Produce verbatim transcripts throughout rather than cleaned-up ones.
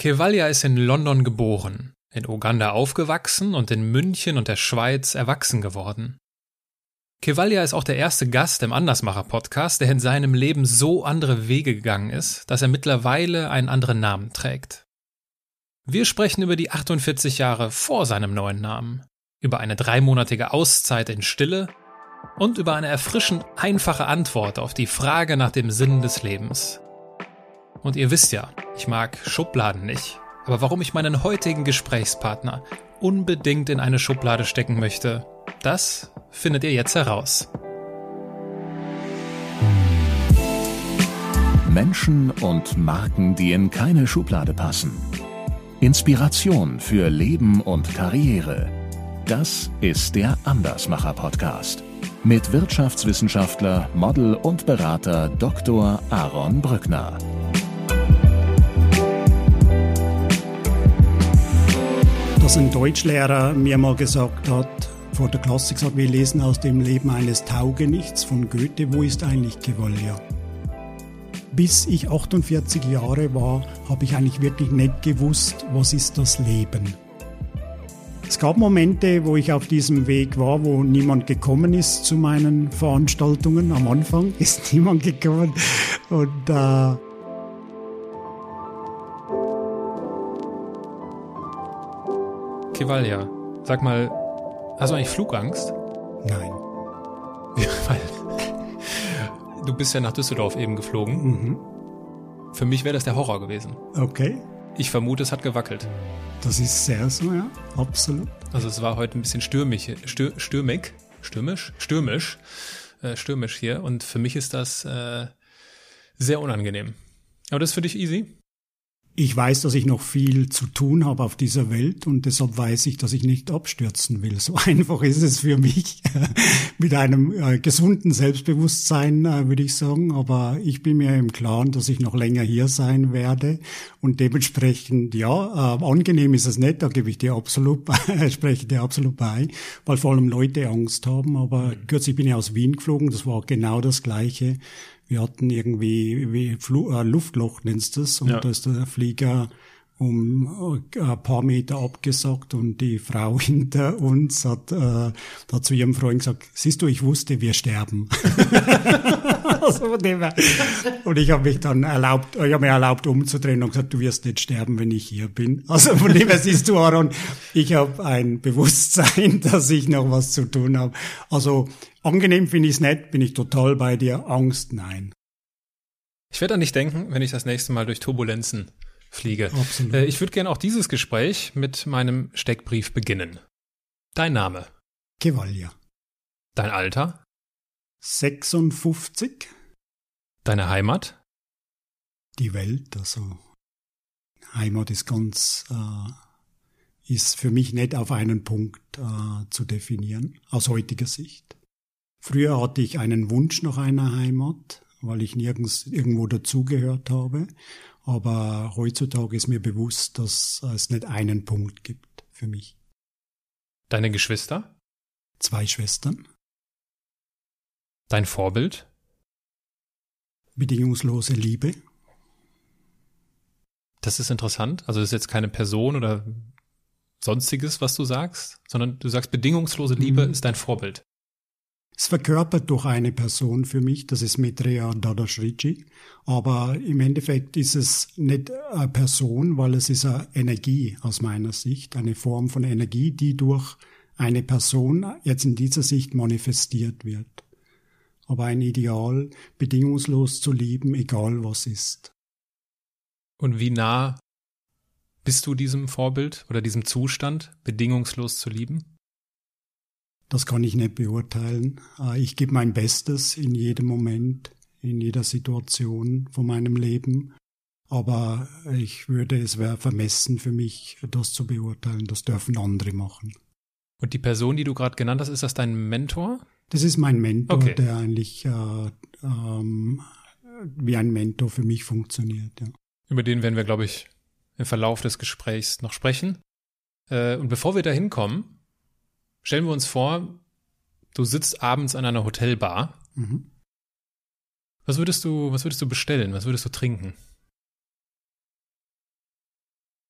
Kevvalya ist in London geboren, in Uganda aufgewachsen und in München und der Schweiz erwachsen geworden. Kevvalya ist auch der erste Gast im Andersmacher-Podcast, der in seinem Leben so andere Wege gegangen ist, dass er mittlerweile einen anderen Namen trägt. Wir sprechen über die achtundvierzig Jahre vor seinem neuen Namen, über eine dreimonatige Auszeit in Stille und über eine erfrischend einfache Antwort auf die Frage nach dem Sinn des Lebens. Und ihr wisst ja, ich mag Schubladen nicht, aber warum ich meinen heutigen Gesprächspartner unbedingt in eine Schublade stecken möchte, das findet ihr jetzt heraus. Menschen und Marken, die in keine Schublade passen. Inspiration für Leben und Karriere. Das ist der Andersmacher-Podcast mit Wirtschaftswissenschaftler, Model und Berater Doktor Aaron Brückner. Dass ein Deutschlehrer mir mal gesagt hat, vor der Klasse gesagt, wir lesen aus dem Leben eines Taugenichts von Goethe, wo ist eigentlich Kevvalya? Bis ich achtundvierzig Jahre war, habe ich eigentlich wirklich nicht gewusst, was ist das Leben. Es gab Momente, wo ich auf diesem Weg war, wo niemand gekommen ist zu meinen Veranstaltungen. Am Anfang ist niemand gekommen. Und äh, Kevvalya, sag mal, hast du eigentlich Flugangst? nein. Weil du bist ja nach Düsseldorf eben geflogen. Mhm. Für mich wäre das der Horror gewesen. Okay, Ich vermute, es hat gewackelt. das ist sehr so, ja, absolut. Also es war heute ein bisschen stürmig, stür, stürmig, stürmisch, stürmisch, äh, stürmisch hier. Und für mich ist das äh, sehr unangenehm. Aber das ist für dich easy? Ich weiß, dass ich noch viel zu tun habe auf dieser Welt und deshalb weiß ich, dass ich nicht abstürzen will. So einfach ist es für mich mit einem äh, gesunden Selbstbewusstsein, äh, würde ich sagen. Aber ich bin mir im Klaren, dass ich noch länger hier sein werde und dementsprechend, ja, äh, angenehm ist es nicht, da gebe ich dir absolut, spreche dir absolut bei, weil vor allem Leute Angst haben. Aber kürzlich bin ich aus Wien geflogen, das war genau das Gleiche. Wir hatten irgendwie wie Fl- äh, Luftloch, nennst du das, und Ja. da ist der Flieger um äh, ein paar Meter abgesackt und die Frau hinter uns hat, äh, hat zu ihrem Freund gesagt, siehst du, ich wusste, wir sterben. Also von dem her. Und ich habe mich dann erlaubt, ich habe mir erlaubt umzudrehen und gesagt, du wirst nicht sterben, wenn ich hier bin. Also von dem her siehst du, Aaron, ich habe ein Bewusstsein, dass ich noch was zu tun habe. Also angenehm finde ich es nicht, bin ich total bei dir. Angst, nein. Ich werde an dich denken, wenn ich das nächste Mal durch Turbulenzen fliege. Absolut. Äh, ich würde gerne auch dieses Gespräch mit meinem Steckbrief beginnen. Dein Name, Kevvalya. dein Alter, sechsundfünfzig. deine Heimat, Die Welt, also Heimat ist ganz, äh, ist für mich nicht auf einen Punkt äh, zu definieren, aus heutiger Sicht. Früher hatte ich einen Wunsch nach einer Heimat, weil ich nirgends irgendwo dazugehört habe, aber heutzutage ist mir bewusst, dass es nicht einen Punkt gibt für mich. deine Geschwister, Zwei Schwestern, dein Vorbild, bedingungslose Liebe. das ist interessant. Also das ist jetzt keine Person oder sonstiges, was du sagst, sondern du sagst, bedingungslose Liebe Mhm. ist dein Vorbild. Es verkörpert durch eine Person für mich, das ist Maitreya Dadashriji, aber im Endeffekt ist es nicht eine Person, weil es ist eine Energie aus meiner Sicht, eine Form von Energie, die durch eine Person jetzt in dieser Sicht manifestiert wird. Aber ein Ideal, bedingungslos zu lieben, egal was ist. Und wie nah bist du diesem Vorbild oder diesem Zustand, bedingungslos zu lieben? Das kann ich nicht beurteilen. Ich gebe mein Bestes in jedem Moment, in jeder Situation von meinem Leben. Aber ich würde, es wäre vermessen für mich, das zu beurteilen. Das dürfen andere machen. Und die Person, die du gerade genannt hast, ist das dein Mentor? Das ist mein Mentor, Okay. der eigentlich äh, ähm, wie ein Mentor für mich funktioniert. Ja. Über den werden wir, glaube ich, im Verlauf des Gesprächs noch sprechen. Äh, und bevor wir da hinkommen, stellen wir uns vor, du sitzt abends an einer Hotelbar. Mhm. Was würdest du, was würdest du bestellen? Was würdest du trinken?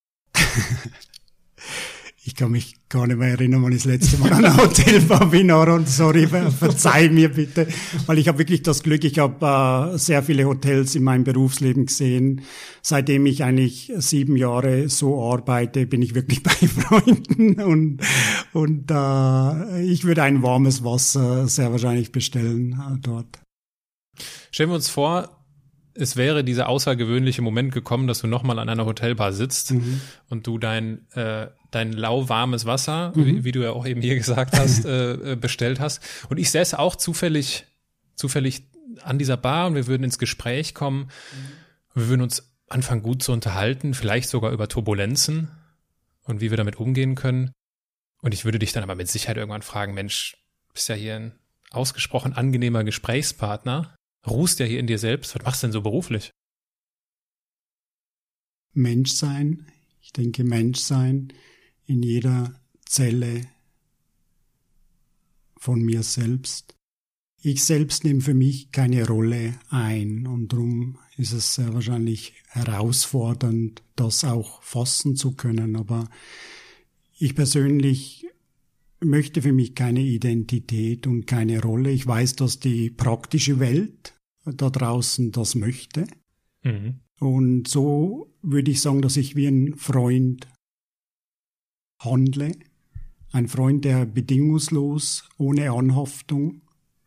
Ich kann mich gar nicht mehr erinnern, wann ich das letzte Mal an einem Hotel war, bin, Aaron. Sorry, verzeih mir bitte. Weil ich habe wirklich das Glück, ich habe äh, sehr viele Hotels in meinem Berufsleben gesehen. Seitdem ich eigentlich sieben Jahre so arbeite, bin ich wirklich bei Freunden. Und, und äh, ich würde ein warmes Wasser sehr wahrscheinlich bestellen äh, dort. Stellen wir uns vor, es wäre dieser außergewöhnliche Moment gekommen, dass du nochmal an einer Hotelbar sitzt mhm. und du dein äh, dein lauwarmes Wasser, mhm. wie, wie du ja auch eben hier gesagt hast, äh, bestellt hast. Und ich säße auch zufällig zufällig an dieser Bar und wir würden ins Gespräch kommen. Mhm. Wir würden uns anfangen gut zu unterhalten, vielleicht sogar über Turbulenzen und wie wir damit umgehen können. Und ich würde dich dann aber mit Sicherheit irgendwann fragen, Mensch, bist ja hier ein ausgesprochen angenehmer Gesprächspartner, ruhst ja hier in dir selbst. Was machst du denn so beruflich? Menschsein. Ich denke, Menschsein in jeder Zelle von mir selbst. Ich selbst nehme für mich keine Rolle ein und darum ist es sehr wahrscheinlich herausfordernd, das auch fassen zu können. Aber ich persönlich möchte für mich keine Identität und keine Rolle. Ich weiß, dass die praktische Welt da draußen das möchte. Mhm. Und so würde ich sagen, dass ich wie ein Freund handle. Ein Freund, der bedingungslos, ohne Anhaftung,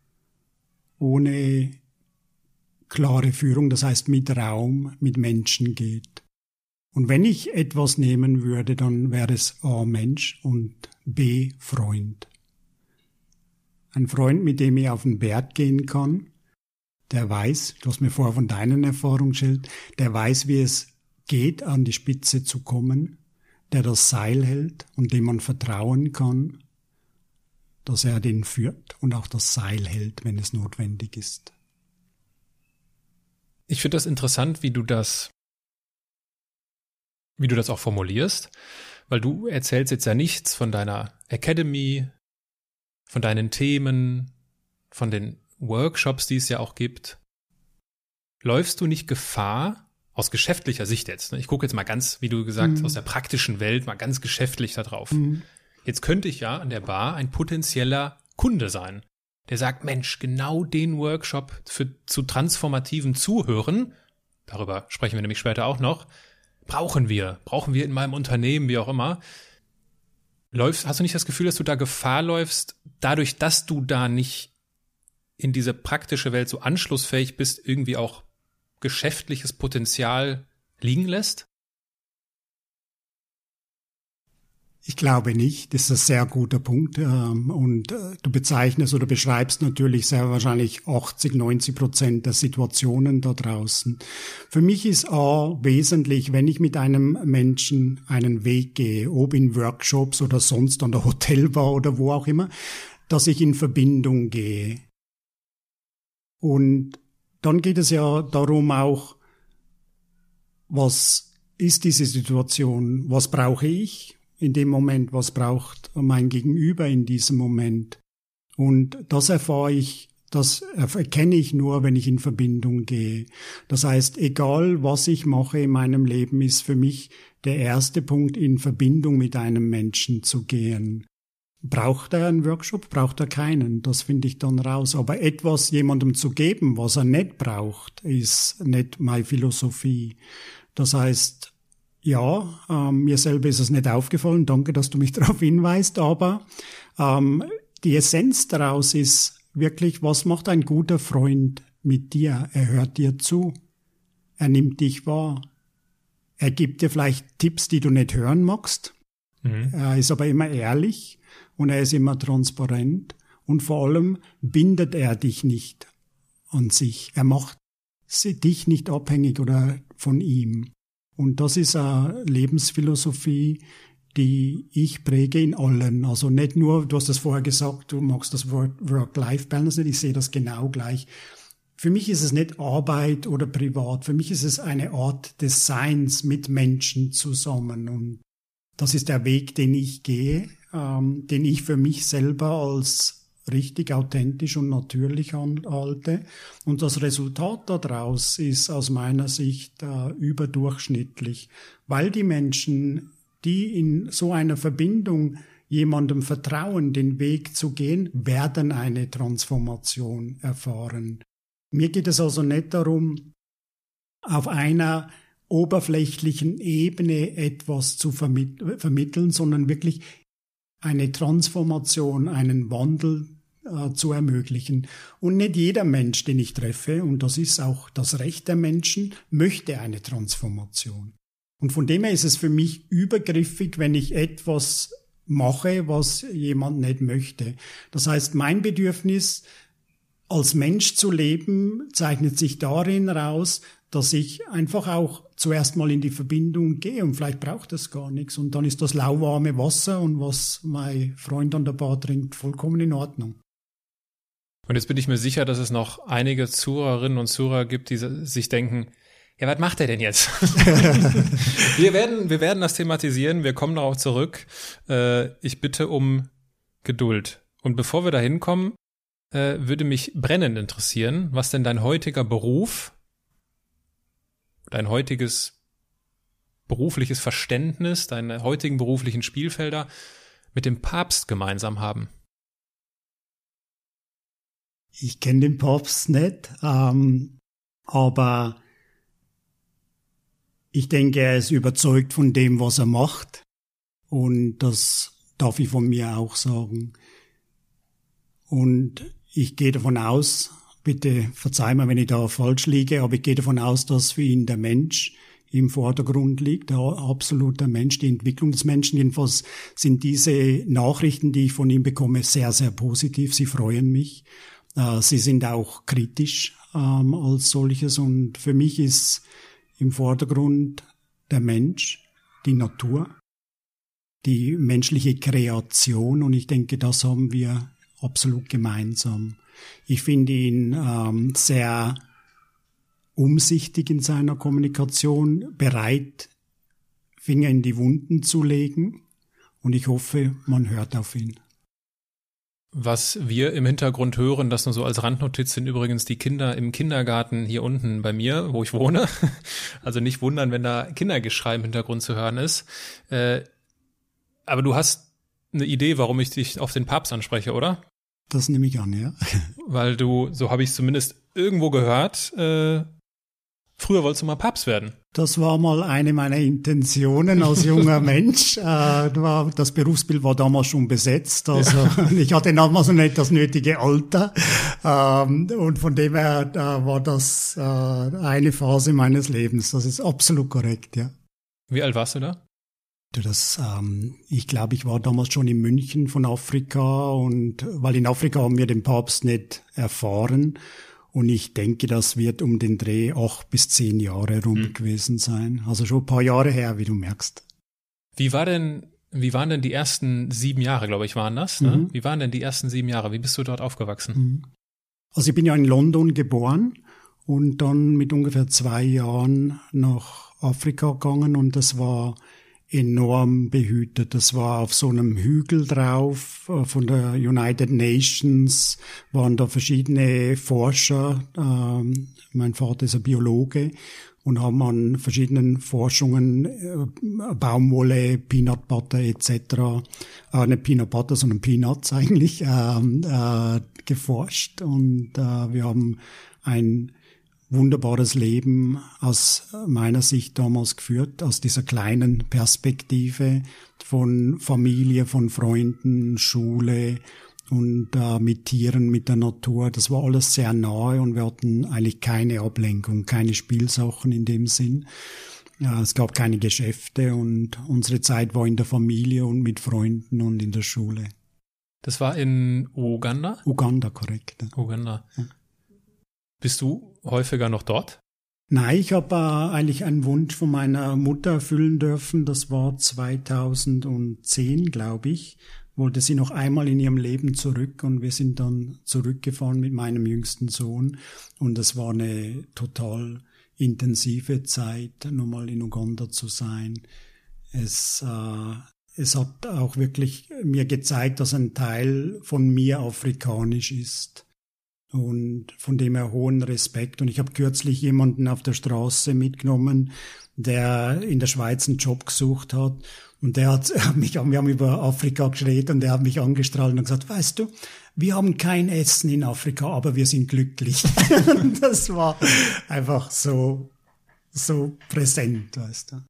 ohne klare Führung, das heißt mit Raum, mit Menschen geht. Und wenn ich etwas nehmen würde, dann wäre es A, Mensch und B, Freund. Ein Freund, mit dem ich auf den Berg gehen kann, der weiß, du hast mir vorher von deinen Erfahrungen erzählt, der weiß, wie es geht, an die Spitze zu kommen, der das Seil hält und dem man vertrauen kann, dass er den führt und auch das Seil hält, wenn es notwendig ist. Ich finde das interessant, wie du das, wie du das auch formulierst, weil du erzählst jetzt ja nichts von deiner Academy, von deinen Themen, von den Workshops, die es ja auch gibt. Läufst du nicht Gefahr, aus geschäftlicher Sicht jetzt, ne? Ich gucke jetzt mal ganz, wie du gesagt hast, mhm. aus der praktischen Welt, mal ganz geschäftlich da drauf. Mhm. Jetzt könnte ich ja an der Bar ein potenzieller Kunde sein, der sagt, Mensch, genau den Workshop für zu transformativem Zuhören, darüber sprechen wir nämlich später auch noch, brauchen wir, brauchen wir in meinem Unternehmen, wie auch immer. Läufst, hast du nicht das Gefühl, dass du da Gefahr läufst, dadurch, dass du da nicht in diese praktische Welt so anschlussfähig bist, irgendwie auch geschäftliches Potenzial liegen lässt? Ich glaube nicht. Das ist ein sehr guter Punkt. Und du bezeichnest oder beschreibst natürlich sehr wahrscheinlich achtzig, neunzig Prozent der Situationen da draußen. Für mich ist A wesentlich, wenn ich mit einem Menschen einen Weg gehe, ob in Workshops oder sonst an der Hotelbar oder wo auch immer, dass ich in Verbindung gehe. Und dann geht es ja darum auch, was ist diese Situation? Was brauche ich in dem Moment? Was braucht mein Gegenüber in diesem Moment? Und das erfahre ich, das erkenne ich nur, wenn ich in Verbindung gehe. Das heißt, egal was ich mache in meinem Leben, ist für mich der erste Punkt, in Verbindung mit einem Menschen zu gehen. Braucht er einen Workshop? Braucht er keinen? Das finde ich dann raus. Aber etwas jemandem zu geben, was er nicht braucht, ist nicht meine Philosophie. Das heißt, ja, ähm, mir selber ist es nicht aufgefallen. Danke, dass du mich darauf hinweist. Aber ähm, die Essenz daraus ist wirklich, was macht ein guter Freund mit dir? Er hört dir zu. Er nimmt dich wahr. Er gibt dir vielleicht Tipps, die du nicht hören magst. Mhm. Er ist aber immer ehrlich. Und er ist immer transparent und vor allem bindet er dich nicht an sich. Er macht dich nicht abhängig oder von ihm. Und das ist eine Lebensphilosophie, die ich präge in allen. Also nicht nur, du hast das vorher gesagt, du magst das Wort Work-Life-Balance nicht, ich sehe das genau gleich. Für mich ist es nicht Arbeit oder privat, für mich ist es eine Art des Seins mit Menschen zusammen. Und das ist der Weg, den ich gehe, ähm, den ich für mich selber als richtig authentisch und natürlich halte. Und das Resultat daraus ist aus meiner Sicht äh, überdurchschnittlich, weil die Menschen, die in so einer Verbindung jemandem vertrauen, den Weg zu gehen, werden eine Transformation erfahren. Mir geht es also nicht darum, auf einer oberflächlichen Ebene etwas zu vermitt- vermitteln, sondern wirklich eine Transformation, einen Wandel äh, zu ermöglichen. Und nicht jeder Mensch, den ich treffe, und das ist auch das Recht der Menschen, möchte eine Transformation. Und von dem her ist es für mich übergriffig, wenn ich etwas mache, was jemand nicht möchte. Das heißt, mein Bedürfnis, als Mensch zu leben, zeichnet sich darin raus, dass ich einfach auch zuerst mal in die Verbindung gehe und vielleicht braucht es gar nichts und dann ist das lauwarme Wasser und was mein Freund an der Bar trinkt, vollkommen in Ordnung. Und jetzt bin ich mir sicher, dass es noch einige Zuhörerinnen und Zuhörer gibt, die sich denken, ja, was macht er denn jetzt? wir werden, wir werden das thematisieren, wir kommen darauf zurück. Äh, ich bitte um Geduld. Und bevor wir da hinkommen, äh, würde mich brennend interessieren, was denn dein heutiger Beruf, dein heutiges berufliches Verständnis, deine heutigen beruflichen Spielfelder mit dem Papst gemeinsam haben. Ich kenne den Papst nicht, ähm, aber ich denke, er ist überzeugt von dem, was er macht. Und das darf ich von mir auch sagen. Und ich gehe davon aus, bitte verzeih mir, wenn ich da falsch liege, aber ich gehe davon aus, dass für ihn der Mensch im Vordergrund liegt, der absolute Mensch, die Entwicklung des Menschen. Jedenfalls sind diese Nachrichten, die ich von ihm bekomme, sehr, sehr positiv. Sie freuen mich. Sie sind auch kritisch ähm, als solches. Und für mich ist im Vordergrund der Mensch, die Natur, die menschliche Kreation. Und ich denke, das haben wir absolut gemeinsam. Ich finde ihn ähm, sehr umsichtig in seiner Kommunikation, bereit, Finger in die Wunden zu legen. Und ich hoffe, man hört auf ihn. Was wir im Hintergrund hören, das nur so als Randnotiz, sind übrigens die Kinder im Kindergarten hier unten bei mir, wo ich wohne. Also nicht wundern, wenn da Kindergeschrei im Hintergrund zu hören ist. Äh, aber du hast eine Idee, warum ich dich auf den Papst anspreche, oder? Das nehme ich an, ja. Weil du, so habe ich es zumindest irgendwo gehört, äh, früher wolltest du mal Papst werden. Das war mal eine meiner Intentionen als junger Mensch. Äh, das Berufsbild war damals schon besetzt. Also ja. Ich hatte damals noch nicht das nötige Alter. Ähm, und von dem her äh, war das äh, eine Phase meines Lebens. Das ist absolut korrekt, ja. Wie alt warst du da? Das, ähm, ich glaube, ich war damals schon in München von Afrika und weil in Afrika haben wir den Papst nicht erfahren. Und ich denke, das wird um den Dreh acht bis zehn Jahre rum mhm. gewesen sein. Also schon ein paar Jahre her, wie du merkst. Wie war denn, wie waren denn die ersten sieben Jahre, glaube ich, waren das? Ne? Mhm. Wie waren denn die ersten sieben Jahre? Wie bist du dort aufgewachsen? Mhm. Also ich bin ja in London geboren und dann mit ungefähr zwei Jahren nach Afrika gegangen und das war enorm behütet. Das war auf so einem Hügel drauf, von der United Nations waren da verschiedene Forscher. Ähm, mein Vater ist ein Biologe und haben an verschiedenen Forschungen äh, Baumwolle, Peanut Butter et cetera, äh, nicht Peanut Butter, sondern Peanuts eigentlich, äh, äh, geforscht. Und äh, wir haben ein wunderbares Leben aus meiner Sicht damals geführt, aus dieser kleinen Perspektive von Familie, von Freunden, Schule und äh, mit Tieren, mit der Natur. Das war alles sehr nahe und wir hatten eigentlich keine Ablenkung, keine Spielsachen in dem Sinn. Ja, es gab keine Geschäfte und unsere Zeit war in der Familie und mit Freunden und in der Schule. Das war in Uganda? Uganda, korrekt. Ja. Uganda. Ja. Bist du häufiger noch dort? Nein, ich habe äh, eigentlich einen Wunsch von meiner Mutter erfüllen dürfen. Das war zweitausendzehn, glaube ich. Wollte sie noch einmal in ihrem Leben zurück und wir sind dann zurückgefahren mit meinem jüngsten Sohn. Und es war eine total intensive Zeit, nochmal in Uganda zu sein. Es, äh, es hat auch wirklich mir gezeigt, dass ein Teil von mir afrikanisch ist. Und von dem her hohen Respekt. Und ich habe kürzlich jemanden auf der Straße mitgenommen, der in der Schweiz einen Job gesucht hat. Und der hat, hat mich, wir haben über Afrika geredet und der hat mich angestrahlt und gesagt, weißt du, wir haben kein Essen in Afrika, aber wir sind glücklich. Das war einfach so, so präsent, weißt du.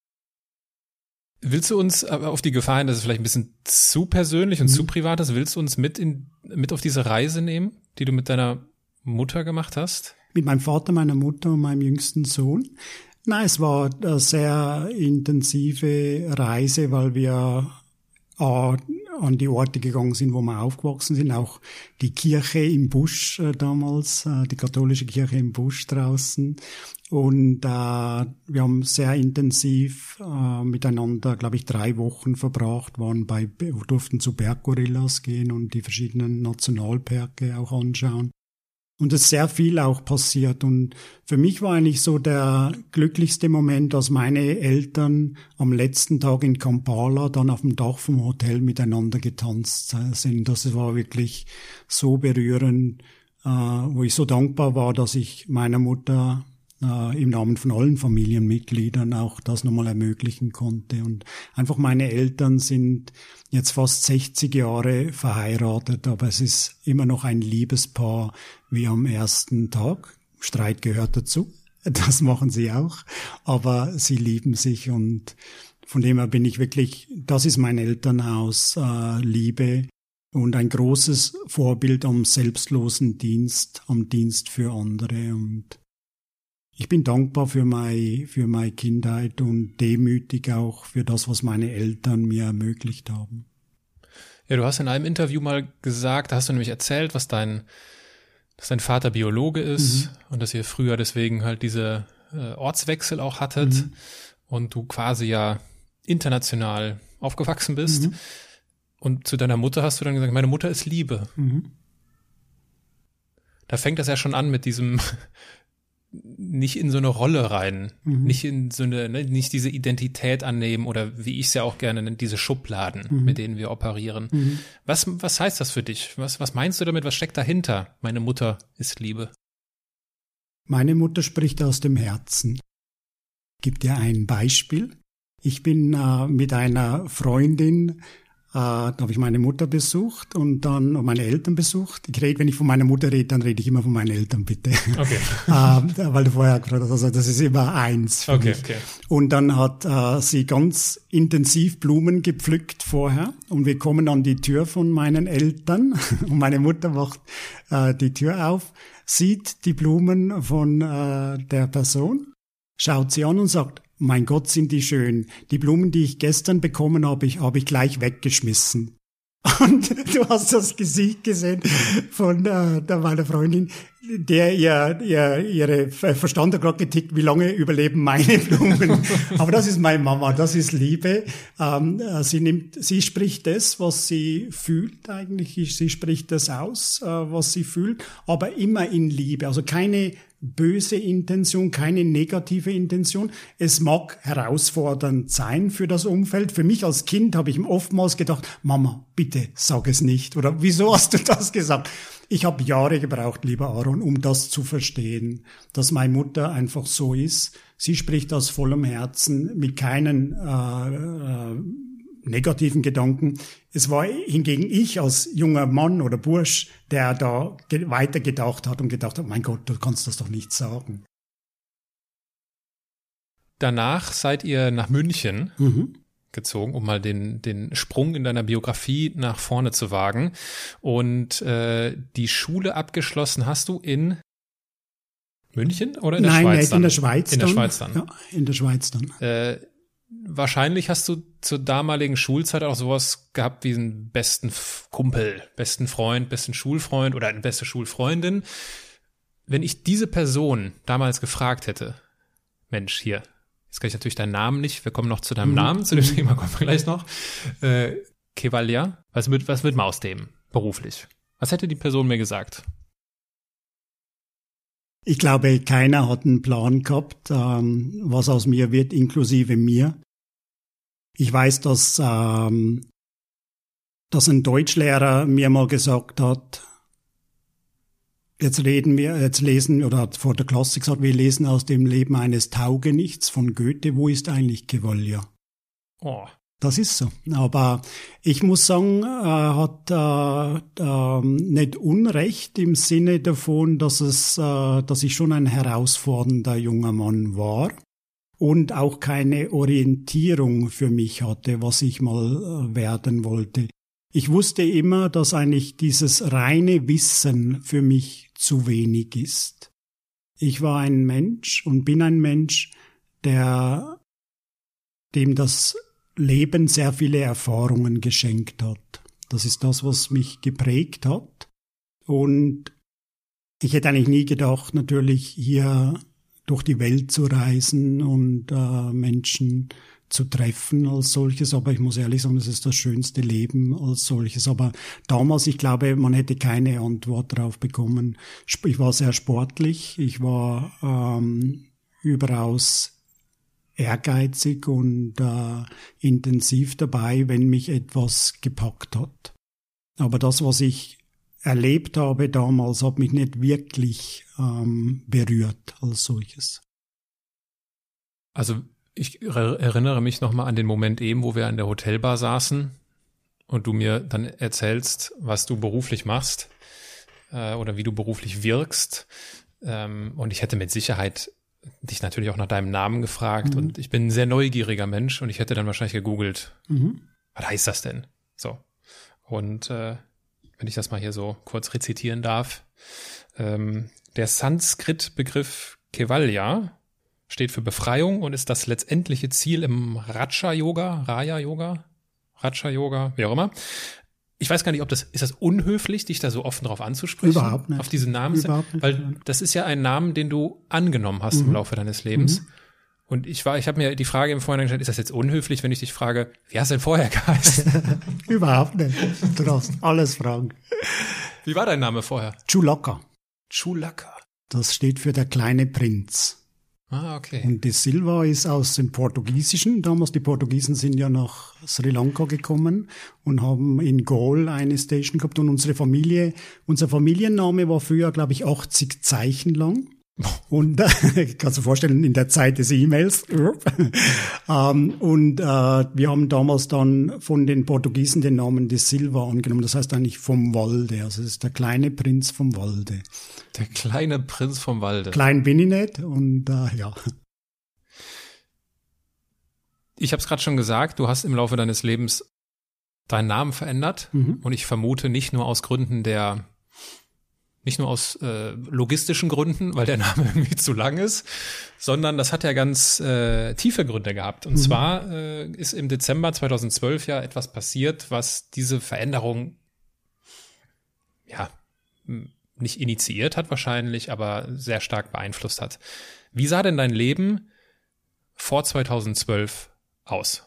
Willst du uns aber auf die Gefahr hin, dass es vielleicht ein bisschen zu persönlich und mhm. zu privat ist, willst du uns mit in, mit auf diese Reise nehmen, die du mit deiner Mutter gemacht hast? Mit meinem Vater, meiner Mutter und meinem jüngsten Sohn. Nein, es war eine sehr intensive Reise, weil wir äh, an die Orte gegangen sind, wo wir aufgewachsen sind. Auch die Kirche im Busch äh, damals, äh, die katholische Kirche im Busch draußen. Und äh, wir haben sehr intensiv äh, miteinander, glaube ich, drei Wochen verbracht, waren bei, durften zu Berggorillas gehen und die verschiedenen Nationalparke auch anschauen. Und es ist sehr viel auch passiert. Und für mich war eigentlich so der glücklichste Moment, als meine Eltern am letzten Tag in Kampala dann auf dem Dach vom Hotel miteinander getanzt sind. Das war wirklich so berührend, äh, wo ich so dankbar war, dass ich meiner Mutter äh, im Namen von allen Familienmitgliedern auch das nochmal ermöglichen konnte. Und einfach meine Eltern sind jetzt fast sechzig Jahre verheiratet, aber es ist immer noch ein Liebespaar wie am ersten Tag. Streit gehört dazu, das machen sie auch, aber sie lieben sich und von dem her bin ich wirklich, das ist mein Elternhaus, äh, Liebe und ein großes Vorbild am selbstlosen Dienst, am Dienst für andere und ich bin dankbar für meine, für meine Kindheit und demütig auch für das, was meine Eltern mir ermöglicht haben. Ja, du hast in einem Interview mal gesagt, da hast du nämlich erzählt, was dein, dass dein Vater Biologe ist mhm. und dass ihr früher deswegen halt diese äh, Ortswechsel auch hattet mhm. und du quasi ja international aufgewachsen bist. Mhm. Und zu deiner Mutter hast du dann gesagt, meine Mutter ist Liebe. Mhm. Da fängt das ja schon an mit diesem nicht in so eine Rolle rein, mhm. nicht in so eine, ne, nicht diese Identität annehmen oder wie ich es ja auch gerne nenne, diese Schubladen, mhm. mit denen wir operieren. Mhm. Was, was heißt das für dich? Was, was meinst du damit? Was steckt dahinter? Meine Mutter ist Liebe. Meine Mutter spricht aus dem Herzen. Ich gebe dir ein Beispiel. Ich bin äh, mit einer Freundin Äh, da habe ich meine Mutter besucht und dann und meine Eltern besucht. Ich rede, wenn ich von meiner Mutter rede, dann rede ich immer von meinen Eltern, bitte. Okay. äh, weil du vorher gefragt hast, also das ist immer eins für okay, mich. Okay. Und dann hat äh, sie ganz intensiv Blumen gepflückt vorher und wir kommen an die Tür von meinen Eltern und meine Mutter macht äh, die Tür auf, sieht die Blumen von äh, der Person, schaut sie an und sagt, mein Gott, sind die schön. Die Blumen, die ich gestern bekommen habe, ich, habe ich gleich weggeschmissen. Und du hast das Gesicht gesehen von äh, der, meiner Freundin, der ihr, ihr ihre Verstand hat gerade getickt, wie lange überleben meine Blumen. Aber das ist meine Mama, das ist Liebe. Ähm, sie nimmt, sie spricht das, was sie fühlt eigentlich. Sie spricht das aus, äh, was sie fühlt, aber immer in Liebe. Also keine böse Intention, keine negative Intention. Es mag herausfordernd sein für das Umfeld. Für mich als Kind habe ich oftmals gedacht, Mama, bitte sag es nicht. Oder wieso hast du das gesagt? Ich habe Jahre gebraucht, lieber Aaron, um das zu verstehen, dass meine Mutter einfach so ist. Sie spricht aus vollem Herzen, mit keinen äh, äh, negativen Gedanken. Es war hingegen ich als junger Mann oder Bursch, der da ge- weiter gedacht hat und gedacht hat, mein Gott, du kannst das doch nicht sagen. Danach seid ihr nach München Mhm. gezogen, um mal den den Sprung in deiner Biografie nach vorne zu wagen. Und äh, die Schule abgeschlossen hast du in München oder in der Nein, Schweiz nicht dann? in der Schweiz In dann. der Schweiz dann. Ja, in der Schweiz dann. Äh, wahrscheinlich hast du zur damaligen Schulzeit auch sowas gehabt wie einen besten Kumpel, besten Freund, besten Schulfreund oder eine beste Schulfreundin. Wenn ich diese Person damals gefragt hätte, Mensch, hier, jetzt kann ich natürlich deinen Namen nicht, wir kommen noch zu deinem mhm. Namen, zu dem Thema kommen wir gleich noch. Äh, Kevalia, was wird, was wird man aus dem beruflich? Was hätte die Person mir gesagt? Ich glaube, keiner hat einen Plan gehabt, ähm, was aus mir wird, inklusive mir. Ich weiß, dass, ähm, dass ein Deutschlehrer mir mal gesagt hat, Jetzt reden wir, jetzt lesen, oder vor der Klasse gesagt, wir lesen aus dem Leben eines Taugenichts von Goethe. Wo ist eigentlich Gevalia? Oh. Das ist so. Aber ich muss sagen, er hat äh, äh, nicht Unrecht im Sinne davon, dass es, äh, dass ich schon ein herausfordernder junger Mann war und auch keine Orientierung für mich hatte, was ich mal äh, werden wollte. Ich wusste immer, dass eigentlich dieses reine Wissen für mich zu wenig ist. Ich war ein Mensch und bin ein Mensch, der, dem das Leben sehr viele Erfahrungen geschenkt hat. Das ist das, was mich geprägt hat. Und ich hätte eigentlich nie gedacht, natürlich hier durch die Welt zu reisen und äh, Menschen zu treffen als solches, aber ich muss ehrlich sagen, das ist das schönste Leben als solches. Aber damals, ich glaube, man hätte keine Antwort darauf bekommen. Ich war sehr sportlich, ich war ähm, überaus ehrgeizig und äh, intensiv dabei, wenn mich etwas gepackt hat. Aber das, was ich erlebt habe damals, hat mich nicht wirklich ähm, berührt als solches. Also ich erinnere mich nochmal an den Moment eben, wo wir an der Hotelbar saßen und du mir dann erzählst, was du beruflich machst äh, oder wie du beruflich wirkst. Ähm, und ich hätte mit Sicherheit dich natürlich auch nach deinem Namen gefragt. Mhm. Und ich bin ein sehr neugieriger Mensch und ich hätte dann wahrscheinlich gegoogelt, mhm. was heißt das denn? So. Und äh, wenn ich das mal hier so kurz rezitieren darf, ähm, der Sanskrit-Begriff Kevalya steht für Befreiung und ist das letztendliche Ziel im Raja-Yoga, Raya-Yoga, Raja-Yoga, wie auch immer. Ich weiß gar nicht, ob das, ist das unhöflich, dich da so offen drauf anzusprechen? Überhaupt nicht. Auf diesen Namen? Überhaupt nicht. Weil das ist ja ein Namen, den du angenommen hast mhm. im Laufe deines Lebens. Mhm. Und ich war, ich habe mir die Frage im Vorhinein gestellt, ist das jetzt unhöflich, wenn ich dich frage, wie hast du denn vorher geheißen? Überhaupt nicht. Du darfst alles fragen. Wie war dein Name vorher? Chulaka. Chulaka. Das steht für der kleine Prinz. Ah, okay. Und die Silva ist aus dem Portugiesischen. Damals, die Portugiesen sind ja nach Sri Lanka gekommen und haben in Gaul eine Station gehabt. Und unsere Familie, unser Familienname war früher, glaube ich, achtzig Zeichen lang. Und äh, kannst du dir vorstellen, in der Zeit des E-Mails. ähm, und äh, wir haben damals dann von den Portugiesen den Namen de Silva angenommen. Das heißt eigentlich vom Walde. Also es ist der kleine Prinz vom Walde. Der kleine Prinz vom Walde. Klein bin ich nicht und äh, ja. Ich habe es gerade schon gesagt, du hast im Laufe deines Lebens deinen Namen verändert. Mhm. Und ich vermute nicht nur aus Gründen der Nicht nur aus äh, logistischen Gründen, weil der Name irgendwie zu lang ist, sondern das hat ja ganz äh, tiefe Gründe gehabt. Und mhm. zwar äh, ist im Dezember zweitausendzwölf ja etwas passiert, was diese Veränderung ja nicht initiiert hat wahrscheinlich, aber sehr stark beeinflusst hat. Wie sah denn dein Leben vor zweitausendzwölf aus?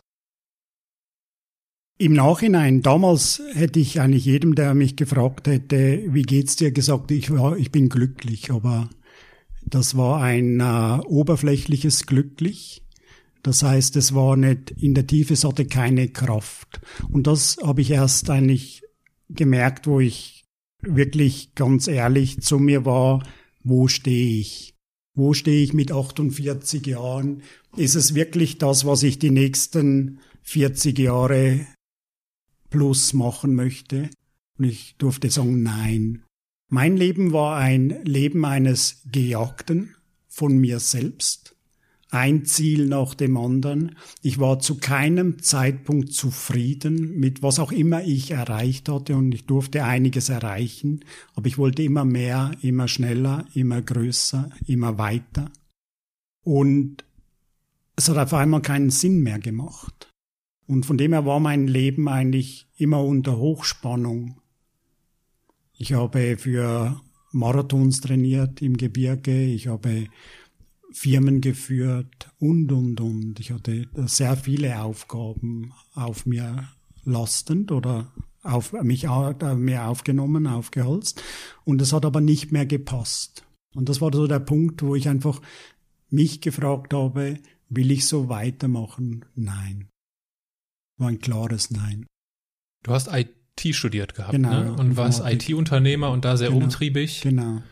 Im Nachhinein, damals hätte ich eigentlich jedem, der mich gefragt hätte, wie geht's dir, gesagt, ich war, ich bin glücklich, aber das war ein äh, oberflächliches Glücklich. Das heißt, es war nicht in der Tiefe, es hatte keine Kraft. Und das habe ich erst eigentlich gemerkt, wo ich wirklich ganz ehrlich zu mir war, wo stehe ich? Wo stehe ich mit achtundvierzig Jahren? Ist es wirklich das, was ich die nächsten vierzig Jahre plus machen möchte? Und ich durfte sagen, nein. Mein Leben war ein Leben eines Gejagten von mir selbst. Ein Ziel nach dem anderen. Ich war zu keinem Zeitpunkt zufrieden mit was auch immer ich erreicht hatte und ich durfte einiges erreichen, aber ich wollte immer mehr, immer schneller, immer größer, immer weiter. Und es hat auf einmal keinen Sinn mehr gemacht. Und von dem her war mein Leben eigentlich immer unter Hochspannung. Ich habe für Marathons trainiert im Gebirge, ich habe Firmen geführt und, und, und. Ich hatte sehr viele Aufgaben auf mir lastend oder auf mich mir aufgenommen, aufgeholzt. Und es hat aber nicht mehr gepasst. Und das war so der Punkt, wo ich einfach mich gefragt habe, will ich so weitermachen? Nein. War ein klares Nein. Du hast I T studiert gehabt, genau, ne? Und warst I T-Unternehmer und da sehr genau, umtriebig. Genau.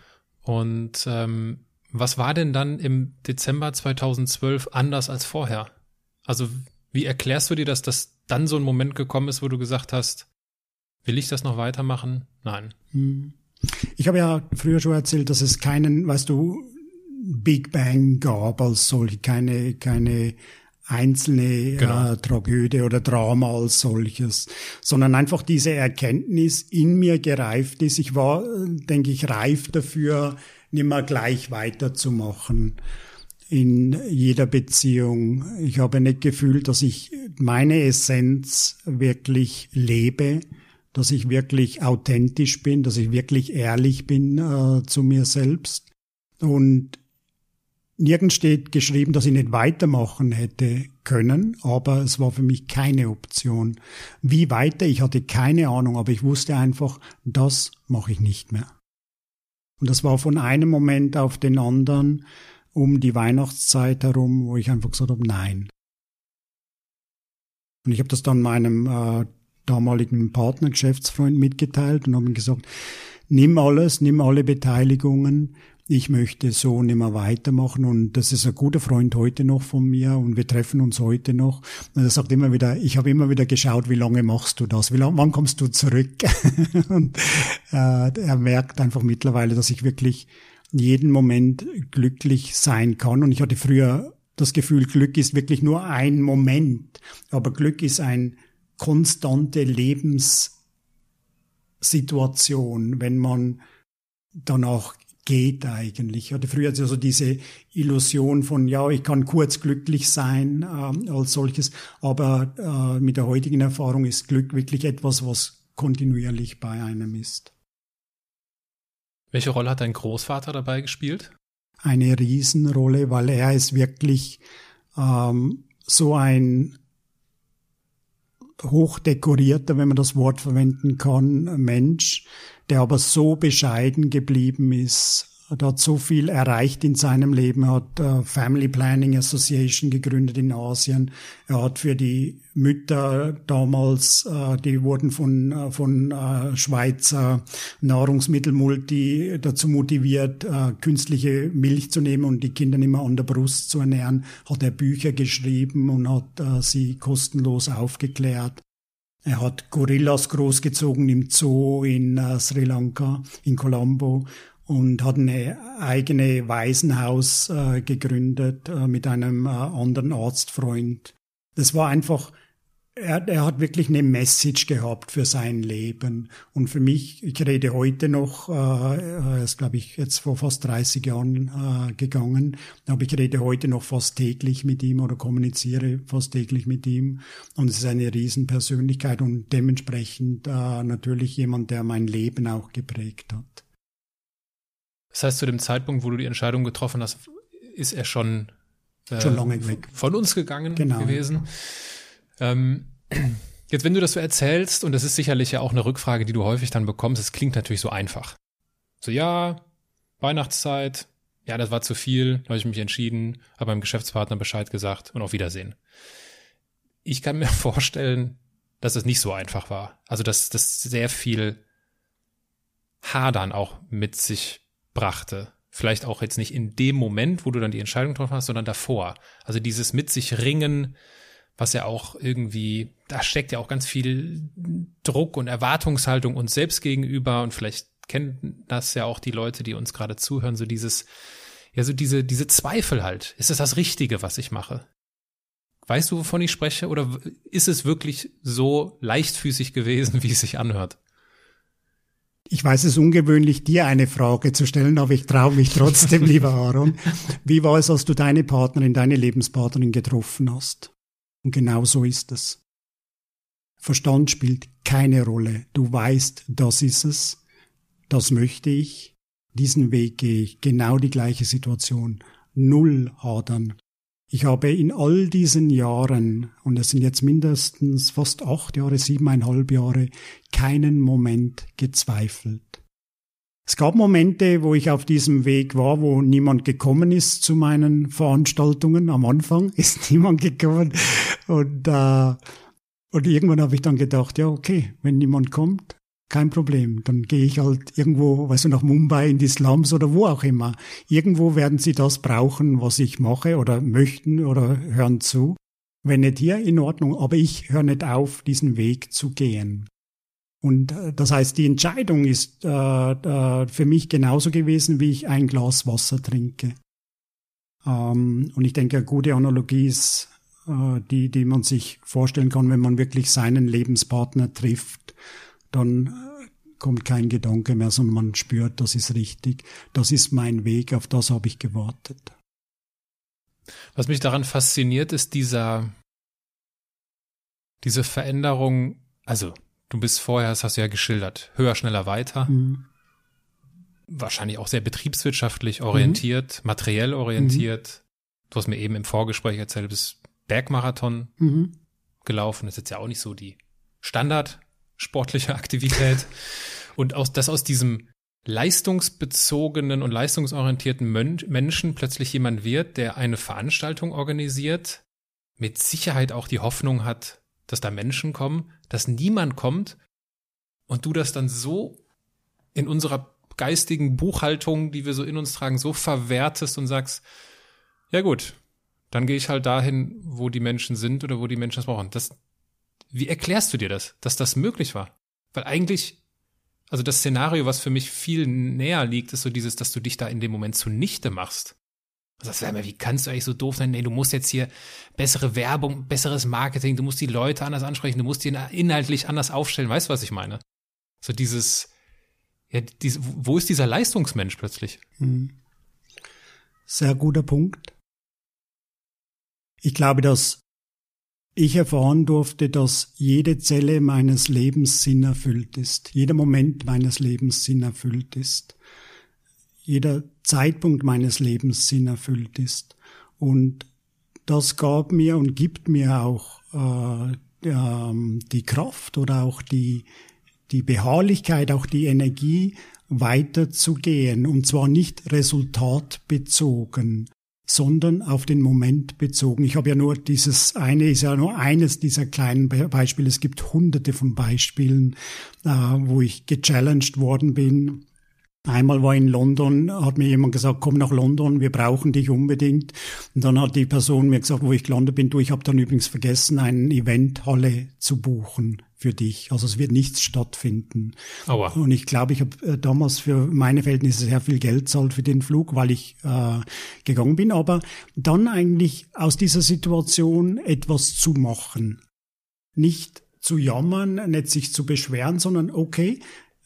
Und ähm, was war denn dann im Dezember zweitausendzwölf anders als vorher? Also wie erklärst du dir, dass das dann so ein Moment gekommen ist, wo du gesagt hast, will ich das noch weitermachen? Nein. Ich habe ja früher schon erzählt, dass es keinen, weißt du, Big Bang gab als solche, keine, keine einzelne genau. äh, Tragödie oder Drama als solches, sondern einfach diese Erkenntnis in mir gereift ist. Ich war, denke ich, reif dafür, nicht mehr gleich weiterzumachen in jeder Beziehung. Ich habe nicht gefühlt, dass ich meine Essenz wirklich lebe, dass ich wirklich authentisch bin, dass ich wirklich ehrlich bin äh, zu mir selbst. Und nirgends steht geschrieben, dass ich nicht weitermachen hätte können, aber es war für mich keine Option. Wie weiter? Ich hatte keine Ahnung, aber ich wusste einfach, das mache ich nicht mehr. Und das war von einem Moment auf den anderen um die Weihnachtszeit herum, wo ich einfach gesagt habe, nein. Und ich habe das dann meinem äh, damaligen Partner, Geschäftsfreund mitgeteilt und habe ihm gesagt, nimm alles, nimm alle Beteiligungen, ich möchte so nicht mehr weitermachen und das ist ein guter Freund heute noch von mir und wir treffen uns heute noch. Und er sagt immer wieder, ich habe immer wieder geschaut, wie lange machst du das, wie lange, wann kommst du zurück? Und äh, er merkt einfach mittlerweile, dass ich wirklich jeden Moment glücklich sein kann und ich hatte früher das Gefühl, Glück ist wirklich nur ein Moment, aber Glück ist ein konstante Lebenssituation, wenn man danach geht eigentlich. Ich hatte früher also diese Illusion von, ja, ich kann kurz glücklich sein äh, als solches, aber äh, mit der heutigen Erfahrung ist Glück wirklich etwas, was kontinuierlich bei einem ist. Welche Rolle hat dein Großvater dabei gespielt? Eine Riesenrolle, weil er ist wirklich ähm, so ein hochdekorierter, wenn man das Wort verwenden kann, Mensch, der aber so bescheiden geblieben ist. Er hat so viel erreicht in seinem Leben. Er hat äh, Family Planning Association gegründet in Asien. Er hat für die Mütter damals, äh, die wurden von äh, von äh, Schweizer Nahrungsmittelmulti dazu motiviert, äh, künstliche Milch zu nehmen und die Kinder nicht mehr an der Brust zu ernähren, hat er Bücher geschrieben und hat äh, sie kostenlos aufgeklärt. Er hat Gorillas großgezogen im Zoo in äh, Sri Lanka, in Colombo. Und hat eine eigene Waisenhaus äh, gegründet äh, mit einem äh, anderen Arztfreund. Das war einfach, er, er hat wirklich eine Message gehabt für sein Leben. Und für mich, ich rede heute noch, äh, ist glaube ich jetzt vor fast dreißig Jahren äh, gegangen, aber ich rede heute noch fast täglich mit ihm oder kommuniziere fast täglich mit ihm. Und es ist eine Riesenpersönlichkeit und dementsprechend äh, natürlich jemand, der mein Leben auch geprägt hat. Das heißt, zu dem Zeitpunkt, wo du die Entscheidung getroffen hast, ist er schon, äh, schon lange weg. Von uns gegangen genau. gewesen. Ähm, jetzt, wenn du das so erzählst, und das ist sicherlich ja auch eine Rückfrage, die du häufig dann bekommst, es klingt natürlich so einfach. So, ja, Weihnachtszeit, ja, das war zu viel, da habe ich mich entschieden, habe meinem Geschäftspartner Bescheid gesagt und auf Wiedersehen. Ich kann mir vorstellen, dass es nicht so einfach war. Also, dass das sehr viel Hadern auch mit sich brachte. Vielleicht auch jetzt nicht in dem Moment, wo du dann die Entscheidung getroffen hast, sondern davor. Also dieses mit sich ringen, was ja auch irgendwie, da steckt ja auch ganz viel Druck und Erwartungshaltung uns selbst gegenüber und vielleicht kennen das ja auch die Leute, die uns gerade zuhören, so dieses, ja so diese, diese Zweifel halt. Ist es das Richtige, was ich mache? Weißt du, wovon ich spreche? Oder ist es wirklich so leichtfüßig gewesen, wie es sich anhört? Ich weiß, es ist ungewöhnlich, dir eine Frage zu stellen, aber ich traue mich trotzdem, lieber Aaron. Wie war es, als du deine Partnerin, deine Lebenspartnerin getroffen hast? Und genau so ist es. Verstand spielt keine Rolle. Du weißt, das ist es, das möchte ich, diesen Weg gehe ich, genau die gleiche Situation, null hadern. Ich habe in all diesen Jahren, und es sind jetzt mindestens fast acht Jahre, siebeneinhalb Jahre, keinen Moment gezweifelt. Es gab Momente, wo ich auf diesem Weg war, wo niemand gekommen ist zu meinen Veranstaltungen. Am Anfang ist niemand gekommen. Und, äh, und irgendwann habe ich dann gedacht, ja okay, wenn niemand kommt, kein Problem. Dann gehe ich halt irgendwo, weißt du, nach Mumbai in die Slums oder wo auch immer. Irgendwo werden sie das brauchen, was ich mache oder möchten oder hören zu. Wenn nicht hier, in Ordnung, aber ich höre nicht auf, diesen Weg zu gehen. Und das heißt, die Entscheidung ist äh, äh, für mich genauso gewesen, wie ich ein Glas Wasser trinke. Ähm, und ich denke, eine gute Analogie ist äh, die, die man sich vorstellen kann, wenn man wirklich seinen Lebenspartner trifft, dann kommt kein Gedanke mehr, sondern man spürt, das ist richtig, das ist mein Weg, auf das habe ich gewartet. Was mich daran fasziniert, ist dieser, diese Veränderung, also du bist vorher, das hast du ja geschildert, höher, schneller, weiter, mhm. wahrscheinlich auch sehr betriebswirtschaftlich orientiert, mhm. materiell orientiert. Mhm. Du hast mir eben im Vorgespräch erzählt, du bist Bergmarathon mhm. gelaufen, das ist jetzt ja auch nicht so die Standard- sportliche Aktivität und aus, dass aus diesem leistungsbezogenen und leistungsorientierten Mön- Menschen plötzlich jemand wird, der eine Veranstaltung organisiert, mit Sicherheit auch die Hoffnung hat, dass da Menschen kommen, dass niemand kommt und du das dann so in unserer geistigen Buchhaltung, die wir so in uns tragen, so verwertest und sagst, ja gut, dann gehe ich halt dahin, wo die Menschen sind oder wo die Menschen das brauchen. Das Wie erklärst du dir das, dass das möglich war? Weil eigentlich, also das Szenario, was für mich viel näher liegt, ist so dieses, dass du dich da in dem Moment zunichte machst. Also das wäre mir, wie kannst du eigentlich so doof sein? Nee, du musst jetzt hier bessere Werbung, besseres Marketing, du musst die Leute anders ansprechen, du musst die inhaltlich anders aufstellen. Weißt du, was ich meine? So dieses, ja, diese, wo ist dieser Leistungsmensch plötzlich? Sehr guter Punkt. Ich glaube, dass ich erfahren durfte, dass jede Zelle meines Lebens sinnerfüllt ist. Jeder Moment meines Lebens sinnerfüllt ist. Jeder Zeitpunkt meines Lebens sinnerfüllt ist. Und das gab mir und gibt mir auch äh, die Kraft oder auch die, die Beharrlichkeit, auch die Energie, weiterzugehen. Und zwar nicht resultatbezogen, sondern auf den Moment bezogen. Ich habe ja nur dieses eine, ist ja nur eines dieser kleinen Beispiele. Es gibt hunderte von Beispielen, äh, wo ich gechallenged worden bin. Einmal war in London, hat mir jemand gesagt, komm nach London, wir brauchen dich unbedingt. Und dann hat die Person mir gesagt, wo ich gelandet bin, du, ich habe dann übrigens vergessen, eine Eventhalle zu buchen für dich. Also es wird nichts stattfinden. Aua. Und ich glaube, ich habe damals für meine Verhältnisse sehr viel Geld gezahlt für den Flug, weil ich äh, gegangen bin. Aber dann eigentlich aus dieser Situation etwas zu machen. Nicht zu jammern, nicht sich zu beschweren, sondern okay,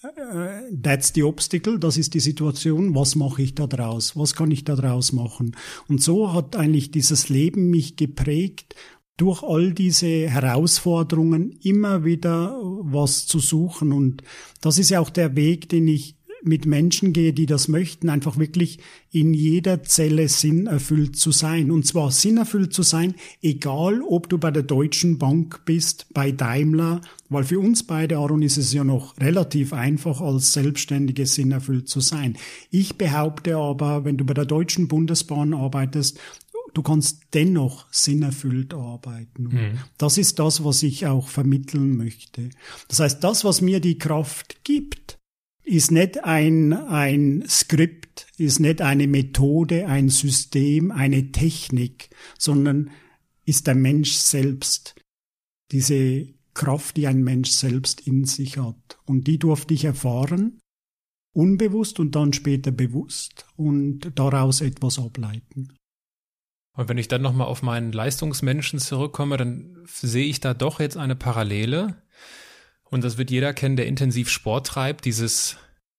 that's the obstacle, das ist die Situation, was mache ich da draus, was kann ich da draus machen? Und so hat eigentlich dieses Leben mich geprägt, durch all diese Herausforderungen immer wieder was zu suchen. Und das ist ja auch der Weg, den ich mit Menschen gehe, die das möchten, einfach wirklich in jeder Zelle sinnerfüllt zu sein. Und zwar sinnerfüllt zu sein, egal ob du bei der Deutschen Bank bist, bei Daimler, weil für uns beide, Aaron, ist es ja noch relativ einfach, als Selbstständige sinnerfüllt zu sein. Ich behaupte aber, wenn du bei der Deutschen Bundesbahn arbeitest, du kannst dennoch sinnerfüllt arbeiten. Mhm. Das ist das, was ich auch vermitteln möchte. Das heißt, das, was mir die Kraft gibt, ist nicht ein, ein Skript, ist nicht eine Methode, ein System, eine Technik, sondern ist der Mensch selbst. Diese Kraft, die ein Mensch selbst in sich hat. Und die durfte ich erfahren, unbewusst und dann später bewusst und daraus etwas ableiten. Und wenn ich dann nochmal auf meinen Leistungsmenschen zurückkomme, dann sehe ich da doch jetzt eine Parallele. Und das wird jeder kennen, der intensiv Sport treibt, dieses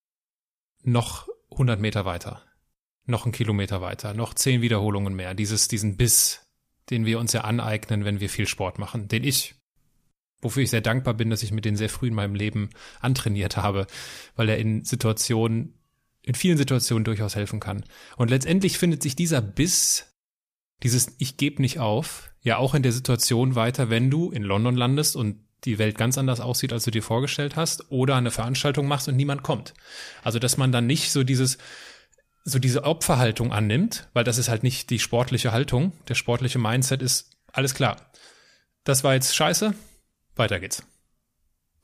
noch hundert Meter weiter, noch einen Kilometer weiter, noch zehn Wiederholungen mehr, dieses, diesen Biss, den wir uns ja aneignen, wenn wir viel Sport machen, den ich, wofür ich sehr dankbar bin, dass ich mir den sehr früh in meinem Leben antrainiert habe, weil er in Situationen, in vielen Situationen durchaus helfen kann. Und letztendlich findet sich dieser Biss, dieses Ich gebe nicht auf, ja auch in der Situation weiter, wenn du in London landest und die Welt ganz anders aussieht, als du dir vorgestellt hast, oder eine Veranstaltung machst und niemand kommt. Also, dass man dann nicht so dieses, so diese Opferhaltung annimmt, weil das ist halt nicht die sportliche Haltung. Der sportliche Mindset ist, alles klar, das war jetzt scheiße, weiter geht's.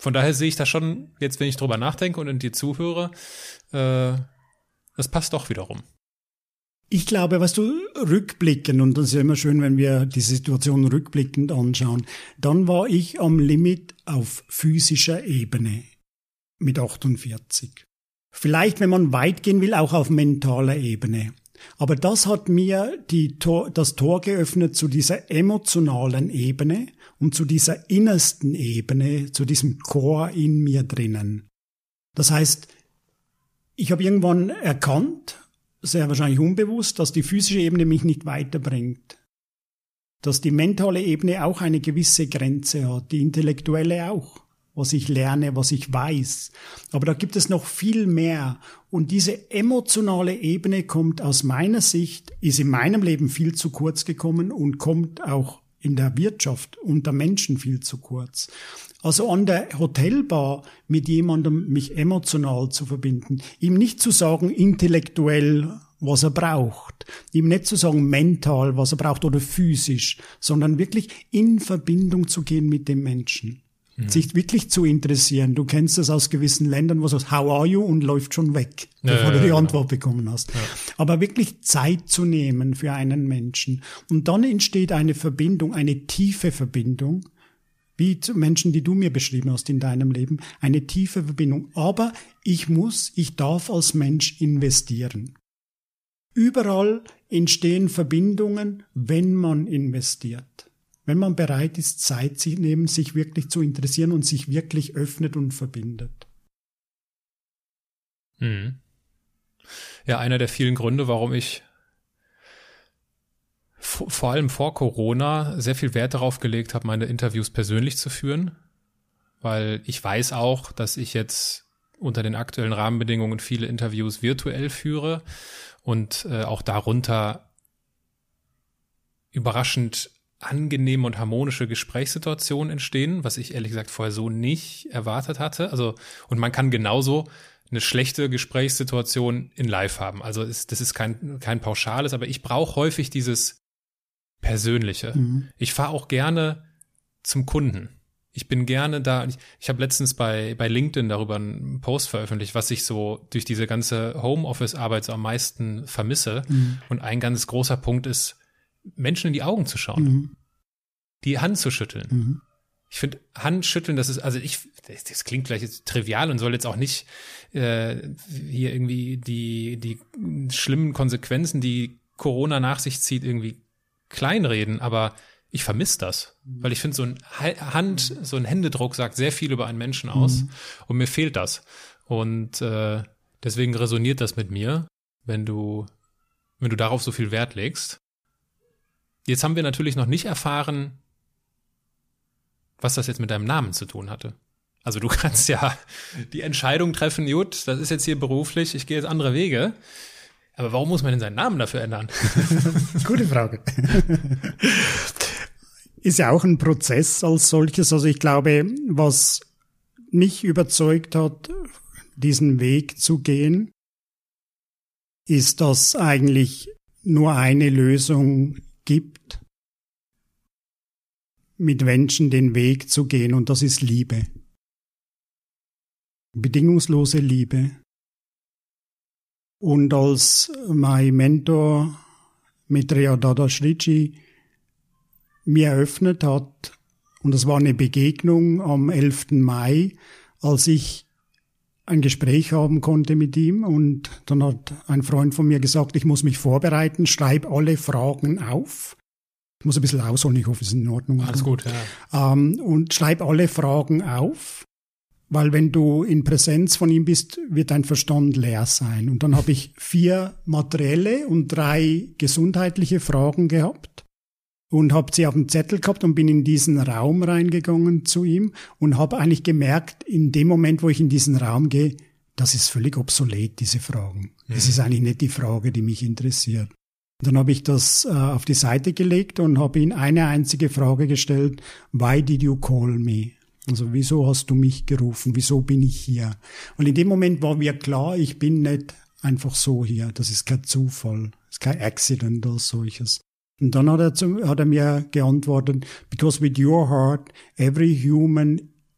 von daher sehe ich das schon, jetzt wenn ich drüber nachdenke und in dir zuhöre, äh, das passt doch wiederum. Ich glaube, was du rückblickend, und das ist ja immer schön, wenn wir die Situation rückblickend anschauen, dann war ich am Limit auf physischer Ebene mit achtundvierzig. Vielleicht, wenn man weit gehen will, auch auf mentaler Ebene. Aber das hat mir die Tor, das Tor geöffnet zu dieser emotionalen Ebene und zu dieser innersten Ebene, zu diesem Chor in mir drinnen. Das heißt, ich habe irgendwann erkannt, sehr wahrscheinlich unbewusst, dass die physische Ebene mich nicht weiterbringt. Dass die mentale Ebene auch eine gewisse Grenze hat, die intellektuelle auch. Was ich lerne, was ich weiß. Aber da gibt es noch viel mehr. Und diese emotionale Ebene kommt aus meiner Sicht, ist in meinem Leben viel zu kurz gekommen und kommt auch in der Wirtschaft unter Menschen viel zu kurz. Also an der Hotelbar mit jemandem mich emotional zu verbinden, ihm nicht zu sagen intellektuell, was er braucht, ihm nicht zu sagen mental, was er braucht oder physisch, sondern wirklich in Verbindung zu gehen mit dem Menschen. Mhm. Sich wirklich zu interessieren. Du kennst das aus gewissen Ländern, wo du sagst, how are you? Und läuft schon weg, ja, bevor ja, du die ja, Antwort genau. bekommen hast. Ja. Aber wirklich Zeit zu nehmen für einen Menschen. Und dann entsteht eine Verbindung, eine tiefe Verbindung, wie zu Menschen, die du mir beschrieben hast in deinem Leben, eine tiefe Verbindung. Aber ich muss, ich darf als Mensch investieren. Überall entstehen Verbindungen, wenn man investiert. Wenn man bereit ist, Zeit zu nehmen, sich wirklich zu interessieren und sich wirklich öffnet und verbindet. Hm. Ja, einer der vielen Gründe, warum ich vor allem vor Corona sehr viel Wert darauf gelegt habe, meine Interviews persönlich zu führen, weil ich weiß auch, dass ich jetzt unter den aktuellen Rahmenbedingungen viele Interviews virtuell führe und äh, auch darunter überraschend angenehme und harmonische Gesprächssituationen entstehen, was ich ehrlich gesagt vorher so nicht erwartet hatte. Also, und man kann genauso eine schlechte Gesprächssituation in Live haben. Also ist, das ist kein, kein pauschales, aber ich brauche häufig dieses Persönliche. Mhm. Ich fahre auch gerne zum Kunden. Ich bin gerne da. Ich, ich habe letztens bei, bei LinkedIn darüber einen Post veröffentlicht, was ich so durch diese ganze Homeoffice-Arbeit so am meisten vermisse. Mhm. Und ein ganz großer Punkt ist, Menschen in die Augen zu schauen, mhm. die Hand zu schütteln. Mhm. Ich finde, Handschütteln, das ist, also ich, das, das klingt vielleicht jetzt trivial und soll jetzt auch nicht äh, hier irgendwie die, die schlimmen Konsequenzen, die Corona nach sich zieht, irgendwie kleinreden, aber ich vermisse das, mhm. weil ich finde, so ein Hand, so ein Händedruck sagt sehr viel über einen Menschen aus mhm. und mir fehlt das. Und äh, deswegen resoniert das mit mir, wenn du, wenn du darauf so viel Wert legst. Jetzt haben wir natürlich noch nicht erfahren, was das jetzt mit deinem Namen zu tun hatte. Also du kannst ja die Entscheidung treffen, gut, das ist jetzt hier beruflich, ich gehe jetzt andere Wege. Aber warum muss man denn seinen Namen dafür ändern? Gute Frage. Ist ja auch ein Prozess als solches. Also ich glaube, was mich überzeugt hat, diesen Weg zu gehen, ist, dass eigentlich nur eine Lösung gibt, mit Menschen den Weg zu gehen, und das ist Liebe. Bedingungslose Liebe. Und als mein Mentor Maitreya Dadashrichi mir eröffnet hat, und das war eine Begegnung am elften Mai, als ich ein Gespräch haben konnte mit ihm, und dann hat ein Freund von mir gesagt, ich muss mich vorbereiten, schreib alle Fragen auf. Ich muss ein bisschen ausholen, ich hoffe, es ist in Ordnung. Alles gut, ja. Ähm, und schreib alle Fragen auf, weil wenn du in Präsenz von ihm bist, wird dein Verstand leer sein. Und dann habe ich vier materielle und drei gesundheitliche Fragen gehabt und habe sie auf dem Zettel gehabt und bin in diesen Raum reingegangen zu ihm und habe eigentlich gemerkt, in dem Moment, wo ich in diesen Raum gehe, das ist völlig obsolet, diese Fragen. Mhm. Das ist eigentlich nicht die Frage, die mich interessiert. Dann habe ich das äh, auf die Seite gelegt und habe ihn eine einzige Frage gestellt: Why did you call me? Also wieso hast du mich gerufen? Wieso bin ich hier? Und in dem Moment war mir klar, ich bin nicht einfach so hier. Das ist kein Zufall, das ist kein Accident oder solches. Und dann hat er, zu, hat er mir geantwortet: Because with your heart, every human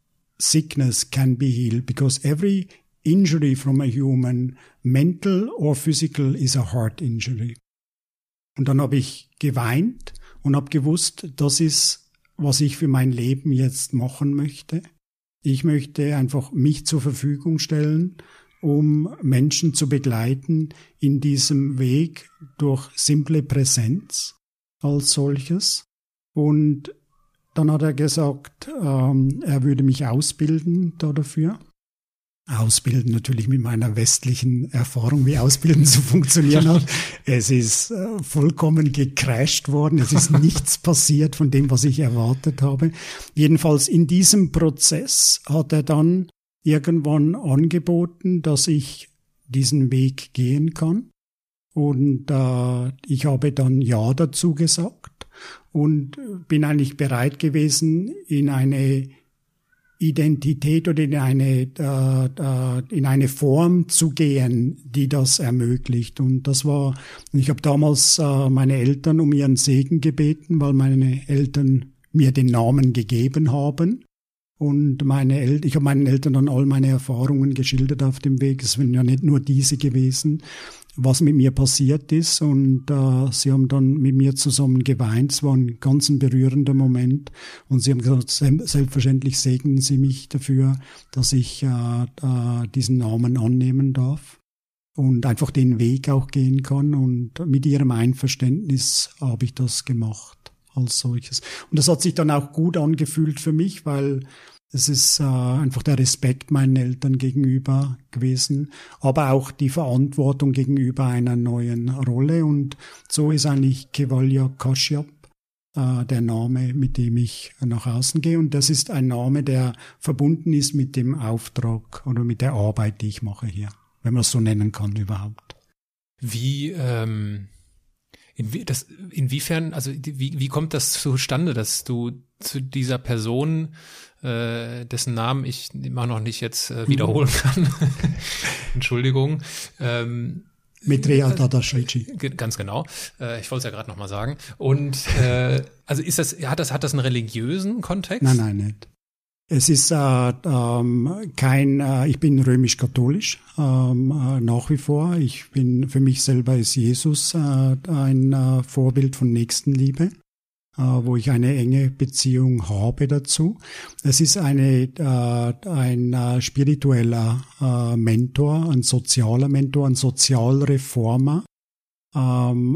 sickness can be healed because every injury from a human, mental or physical, is a heart injury. Und dann habe ich geweint und habe gewusst, das ist, was ich für mein Leben jetzt machen möchte. Ich möchte einfach mich zur Verfügung stellen, um Menschen zu begleiten in diesem Weg durch simple Präsenz als solches. Und dann hat er gesagt, ähm, er würde mich ausbilden da dafür. Ausbilden natürlich mit meiner westlichen Erfahrung, wie Ausbilden zu funktionieren hat. Es ist äh, vollkommen gecrashed worden. Es ist nichts passiert von dem, was ich erwartet habe. Jedenfalls in diesem Prozess hat er dann irgendwann angeboten, dass ich diesen Weg gehen kann. Und äh, ich habe dann Ja dazu gesagt und bin eigentlich bereit gewesen, in eine Identität oder in eine äh, äh, in eine Form zu gehen, die das ermöglicht. Und das war, ich habe damals äh, meine Eltern um ihren Segen gebeten, weil meine Eltern mir den Namen gegeben haben. Und meine El- ich habe meinen Eltern dann all meine Erfahrungen geschildert auf dem Weg. Es sind ja nicht nur diese gewesen, was mit mir passiert ist. Und äh, sie haben dann mit mir zusammen geweint. Es war ein ganz ein berührender Moment. Und sie haben gesagt, selbstverständlich segnen Sie mich dafür, dass ich äh, äh, diesen Namen annehmen darf und einfach den Weg auch gehen kann. Und mit ihrem Einverständnis habe ich das gemacht als solches. Und das hat sich dann auch gut angefühlt für mich, weil es ist äh, einfach der Respekt meinen Eltern gegenüber gewesen, aber auch die Verantwortung gegenüber einer neuen Rolle. Und so ist eigentlich Kevalya Kashyap äh, der Name, mit dem ich nach außen gehe. Und das ist ein Name, der verbunden ist mit dem Auftrag oder mit der Arbeit, die ich mache hier, wenn man es so nennen kann überhaupt. Wie, ähm, inwie, das, inwiefern, also wie, wie kommt das zustande, dass du zu dieser Person, äh, dessen Namen ich immer noch nicht jetzt äh, wiederholen kann, Entschuldigung, ähm, Maitreya Dadasheji. Ganz genau. Äh, ich wollte es ja gerade nochmal sagen. Und äh, also ist das, hat das, hat das einen religiösen Kontext? Nein, nein, nicht. Es ist äh, ähm, kein, äh, ich bin römisch-katholisch ähm, äh, nach wie vor. Ich bin, für mich selber ist Jesus äh, ein äh, Vorbild von Nächstenliebe, äh, wo ich eine enge Beziehung habe dazu. Es ist eine, äh, ein äh, spiritueller äh, Mentor, ein sozialer Mentor, ein Sozialreformer, ähm,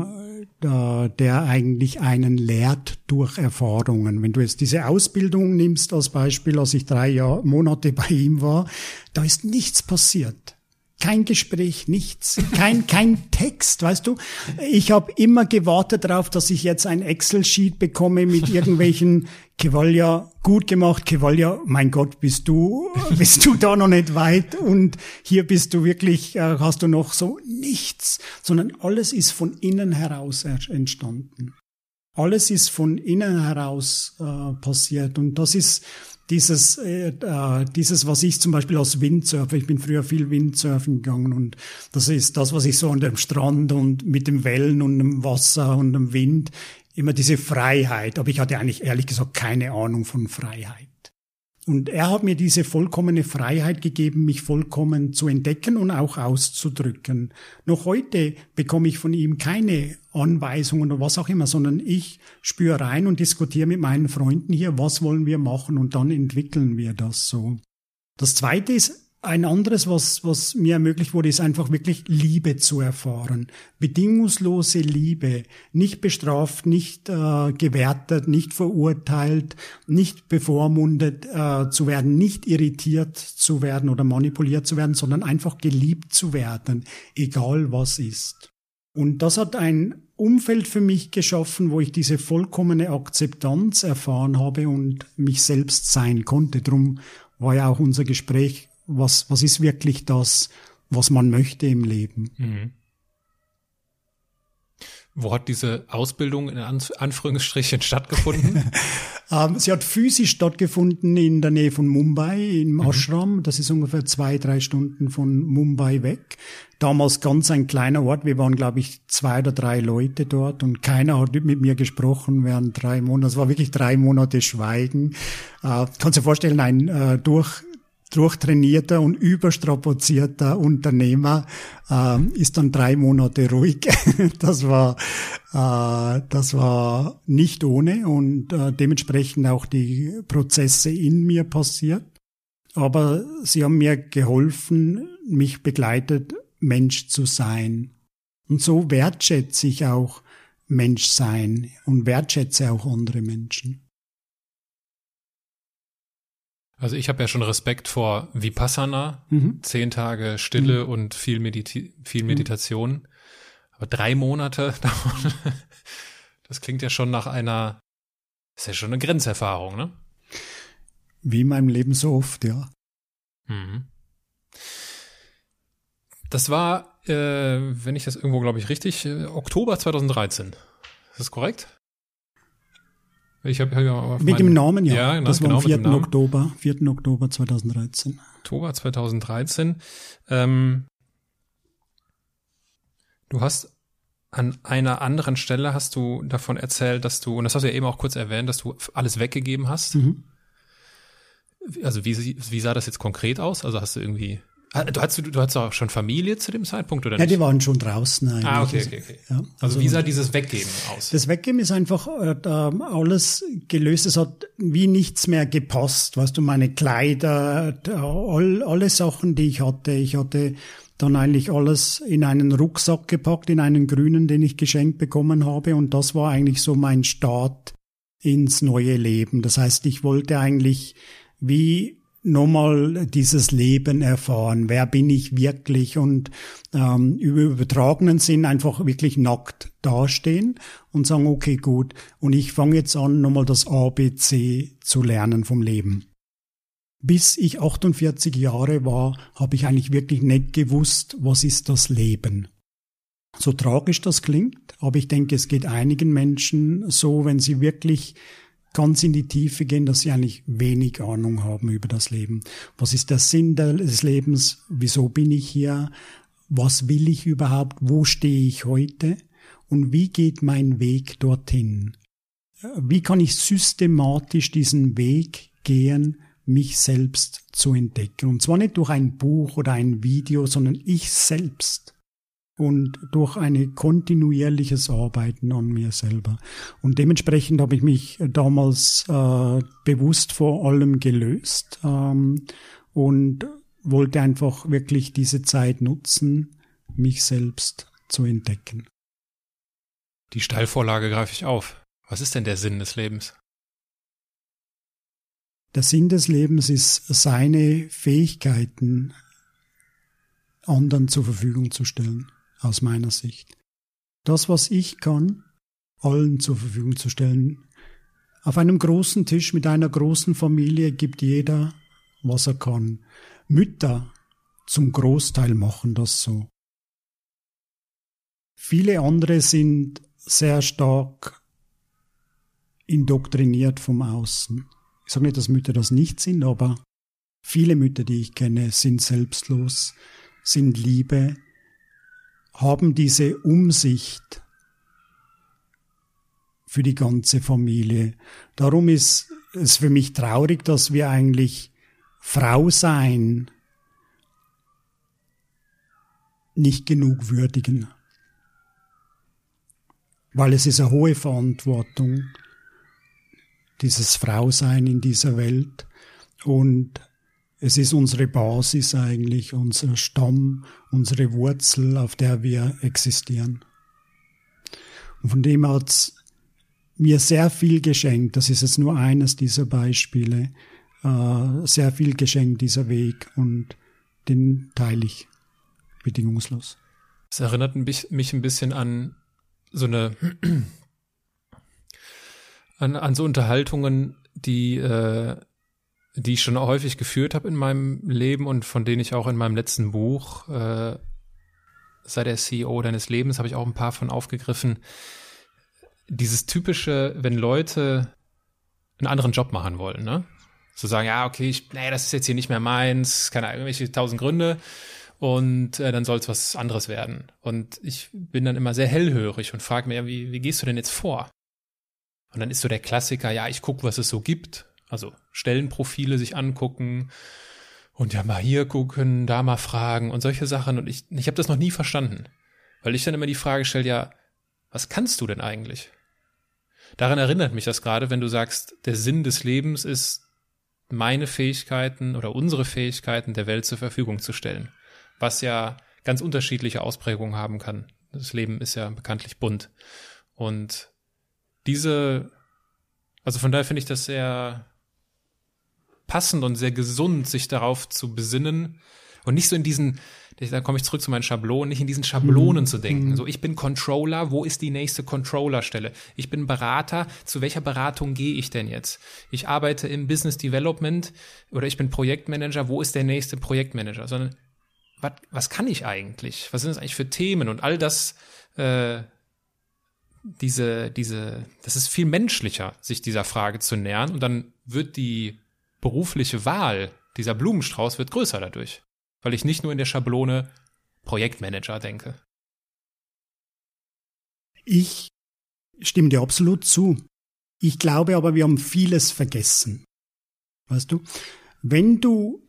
äh, der eigentlich einen lehrt durch Erfahrungen. Wenn du jetzt diese Ausbildung nimmst als Beispiel, als ich drei Jahr, Monate bei ihm war, da ist nichts passiert. Kein Gespräch, nichts, kein kein Text, weißt du. Ich habe immer gewartet darauf, dass ich jetzt ein Excel-Sheet bekomme mit irgendwelchen Kevalya, gut gemacht, Kevalya, mein Gott, bist du bist du da noch nicht weit und hier bist du wirklich, äh, hast du noch so nichts, sondern alles ist von innen heraus entstanden. Alles ist von innen heraus äh, passiert und das ist Dieses, äh, dieses, was ich zum Beispiel als Windsurfer, ich bin früher viel Windsurfen gegangen und das ist das, was ich so an dem Strand und mit den Wellen und dem Wasser und dem Wind, immer diese Freiheit. Aber ich hatte eigentlich ehrlich gesagt keine Ahnung von Freiheit. Und er hat mir diese vollkommene Freiheit gegeben, mich vollkommen zu entdecken und auch auszudrücken. Noch heute bekomme ich von ihm keine Anweisungen oder was auch immer, sondern ich spüre rein und diskutiere mit meinen Freunden hier, was wollen wir machen und dann entwickeln wir das so. Das Zweite ist, ein anderes, was, was mir ermöglicht wurde, ist einfach wirklich Liebe zu erfahren. Bedingungslose Liebe. Nicht bestraft, nicht äh, gewertet, nicht verurteilt, nicht bevormundet äh, zu werden, nicht irritiert zu werden oder manipuliert zu werden, sondern einfach geliebt zu werden, egal was ist. Und das hat ein Umfeld für mich geschaffen, wo ich diese vollkommene Akzeptanz erfahren habe und mich selbst sein konnte. Drum war ja auch unser Gespräch, Was, was ist wirklich das, was man möchte im Leben? Mhm. Wo hat diese Ausbildung in Anführungsstrichen stattgefunden? Ähm, sie hat physisch stattgefunden in der Nähe von Mumbai, im Mhm. Ashram. Das ist ungefähr zwei, drei Stunden von Mumbai weg. Damals ganz ein kleiner Ort. Wir waren, glaube ich, zwei oder drei Leute dort und keiner hat mit mir gesprochen während drei Monaten. Es war wirklich drei Monate Schweigen. Äh, kannst dir vorstellen, ein äh, durch durchtrainierter und überstrapazierter Unternehmer äh, ist dann drei Monate ruhig. Das war äh, das war nicht ohne und äh, dementsprechend auch die Prozesse in mir passiert. Aber sie haben mir geholfen, mich begleitet, Mensch zu sein. Und so wertschätze ich auch Menschsein und wertschätze auch andere Menschen. Also ich habe ja schon Respekt vor Vipassana, Mhm. zehn Tage Stille Mhm. und viel, Mediti- viel Meditation. Aber drei Monate, das klingt ja schon nach einer, ist ja schon eine Grenzerfahrung, ne? Wie in meinem Leben so oft, ja. Mhm. Das war, äh, wenn ich das irgendwo, glaube ich, richtig, äh, Oktober zweitausenddreizehn. Ist das korrekt? Ich hab, ja auf Mit dem meinen- Namen, ja. Ja, genau, das war genau, am mit dem vierten Namen. Oktober, vierten Oktober zweitausenddreizehn. Oktober zweitausenddreizehn. Ähm, du hast an einer anderen Stelle hast du davon erzählt, dass du, und das hast du ja eben auch kurz erwähnt, dass du alles weggegeben hast. Mhm. Also wie, sie- wie sah das jetzt konkret aus? Also hast du irgendwie, ah, du hast, du hast auch schon Familie zu dem Zeitpunkt oder Ja, nicht? die waren schon draußen eigentlich. Ah, okay, okay, okay. Ja, Also wie sah dieses Weggeben aus? Das Weggeben ist einfach äh, da alles gelöst. Es hat wie nichts mehr gepasst. Weißt du, meine Kleider, da, all, alle Sachen, die ich hatte. Ich hatte dann eigentlich alles in einen Rucksack gepackt, in einen grünen, den ich geschenkt bekommen habe. Und das war eigentlich so mein Start ins neue Leben. Das heißt, ich wollte eigentlich wie nochmal dieses Leben erfahren. Wer bin ich wirklich? Und ähm, über übertragenen Sinn einfach wirklich nackt dastehen und sagen, okay, gut. Und ich fange jetzt an, nochmal das A B C zu lernen vom Leben. Bis ich achtundvierzig Jahre war, habe ich eigentlich wirklich nicht gewusst, was ist das Leben. So tragisch das klingt, aber ich denke, es geht einigen Menschen so, wenn sie wirklich ganz in die Tiefe gehen, dass sie eigentlich wenig Ahnung haben über das Leben. Was ist der Sinn des Lebens? Wieso bin ich hier? Was will ich überhaupt? Wo stehe ich heute? Und wie geht mein Weg dorthin? Wie kann ich systematisch diesen Weg gehen, mich selbst zu entdecken? Und zwar nicht durch ein Buch oder ein Video, sondern ich selbst. Und durch ein kontinuierliches Arbeiten an mir selber. Und dementsprechend habe ich mich damals äh, bewusst vor allem gelöst ähm, und wollte einfach wirklich diese Zeit nutzen, mich selbst zu entdecken. Die Steilvorlage greife ich auf. Was ist denn der Sinn des Lebens? Der Sinn des Lebens ist, seine Fähigkeiten anderen zur Verfügung zu stellen. Aus meiner Sicht. Das, was ich kann, allen zur Verfügung zu stellen. Auf einem großen Tisch mit einer großen Familie gibt jeder, was er kann. Mütter zum Großteil machen das so. Viele andere sind sehr stark indoktriniert vom Außen. Ich sage nicht, dass Mütter das nicht sind, aber viele Mütter, die ich kenne, sind selbstlos, sind Liebe, haben diese Umsicht für die ganze Familie. Darum ist es für mich traurig, dass wir eigentlich Frau sein nicht genug würdigen. Weil es ist eine hohe Verantwortung, dieses Frausein in dieser Welt. Und es ist unsere Basis eigentlich, unser Stamm, unsere Wurzel, auf der wir existieren. Und von dem hat es mir sehr viel geschenkt, das ist jetzt nur eines dieser Beispiele, äh, sehr viel geschenkt, dieser Weg, und den teile ich bedingungslos. Es erinnert mich, mich ein bisschen an so eine, an, an so Unterhaltungen, die äh, die ich schon häufig geführt habe in meinem Leben und von denen ich auch in meinem letzten Buch, äh, sei der C E O deines Lebens, habe ich auch ein paar von aufgegriffen. Dieses typische, wenn Leute einen anderen Job machen wollen, ne? Zu sagen, ja, okay, ich, nee, das ist jetzt hier nicht mehr meins, keine Ahnung, irgendwelche tausend Gründe und äh, dann soll es was anderes werden. Und ich bin dann immer sehr hellhörig und frage mir, ja, wie, wie gehst du denn jetzt vor? Und dann ist so der Klassiker, ja, ich gucke, was es so gibt. Also Stellenprofile sich angucken und ja mal hier gucken, da mal fragen und solche Sachen. Und ich, ich habe das noch nie verstanden, weil ich dann immer die Frage stelle, ja, was kannst du denn eigentlich? Daran erinnert mich das gerade, wenn du sagst, der Sinn des Lebens ist, meine Fähigkeiten oder unsere Fähigkeiten der Welt zur Verfügung zu stellen, was ja ganz unterschiedliche Ausprägungen haben kann. Das Leben ist ja bekanntlich bunt. Und diese, also von daher finde ich das sehr passend und sehr gesund, sich darauf zu besinnen und nicht so in diesen, da komme ich zurück zu meinen Schablonen, nicht in diesen Schablonen mhm. zu denken. So, ich bin Controller, wo ist die nächste Controllerstelle? Ich bin Berater, zu welcher Beratung gehe ich denn jetzt? Ich arbeite im Business Development oder ich bin Projektmanager, wo ist der nächste Projektmanager? Sondern, was, was kann ich eigentlich? Was sind das eigentlich für Themen? Und all das, äh, diese, diese, das ist viel menschlicher, sich dieser Frage zu nähern. Und dann wird die berufliche Wahl, dieser Blumenstrauß wird größer dadurch. Weil ich nicht nur in der Schablone Projektmanager denke. Ich stimme dir absolut zu. Ich glaube aber, wir haben vieles vergessen. Weißt du, wenn du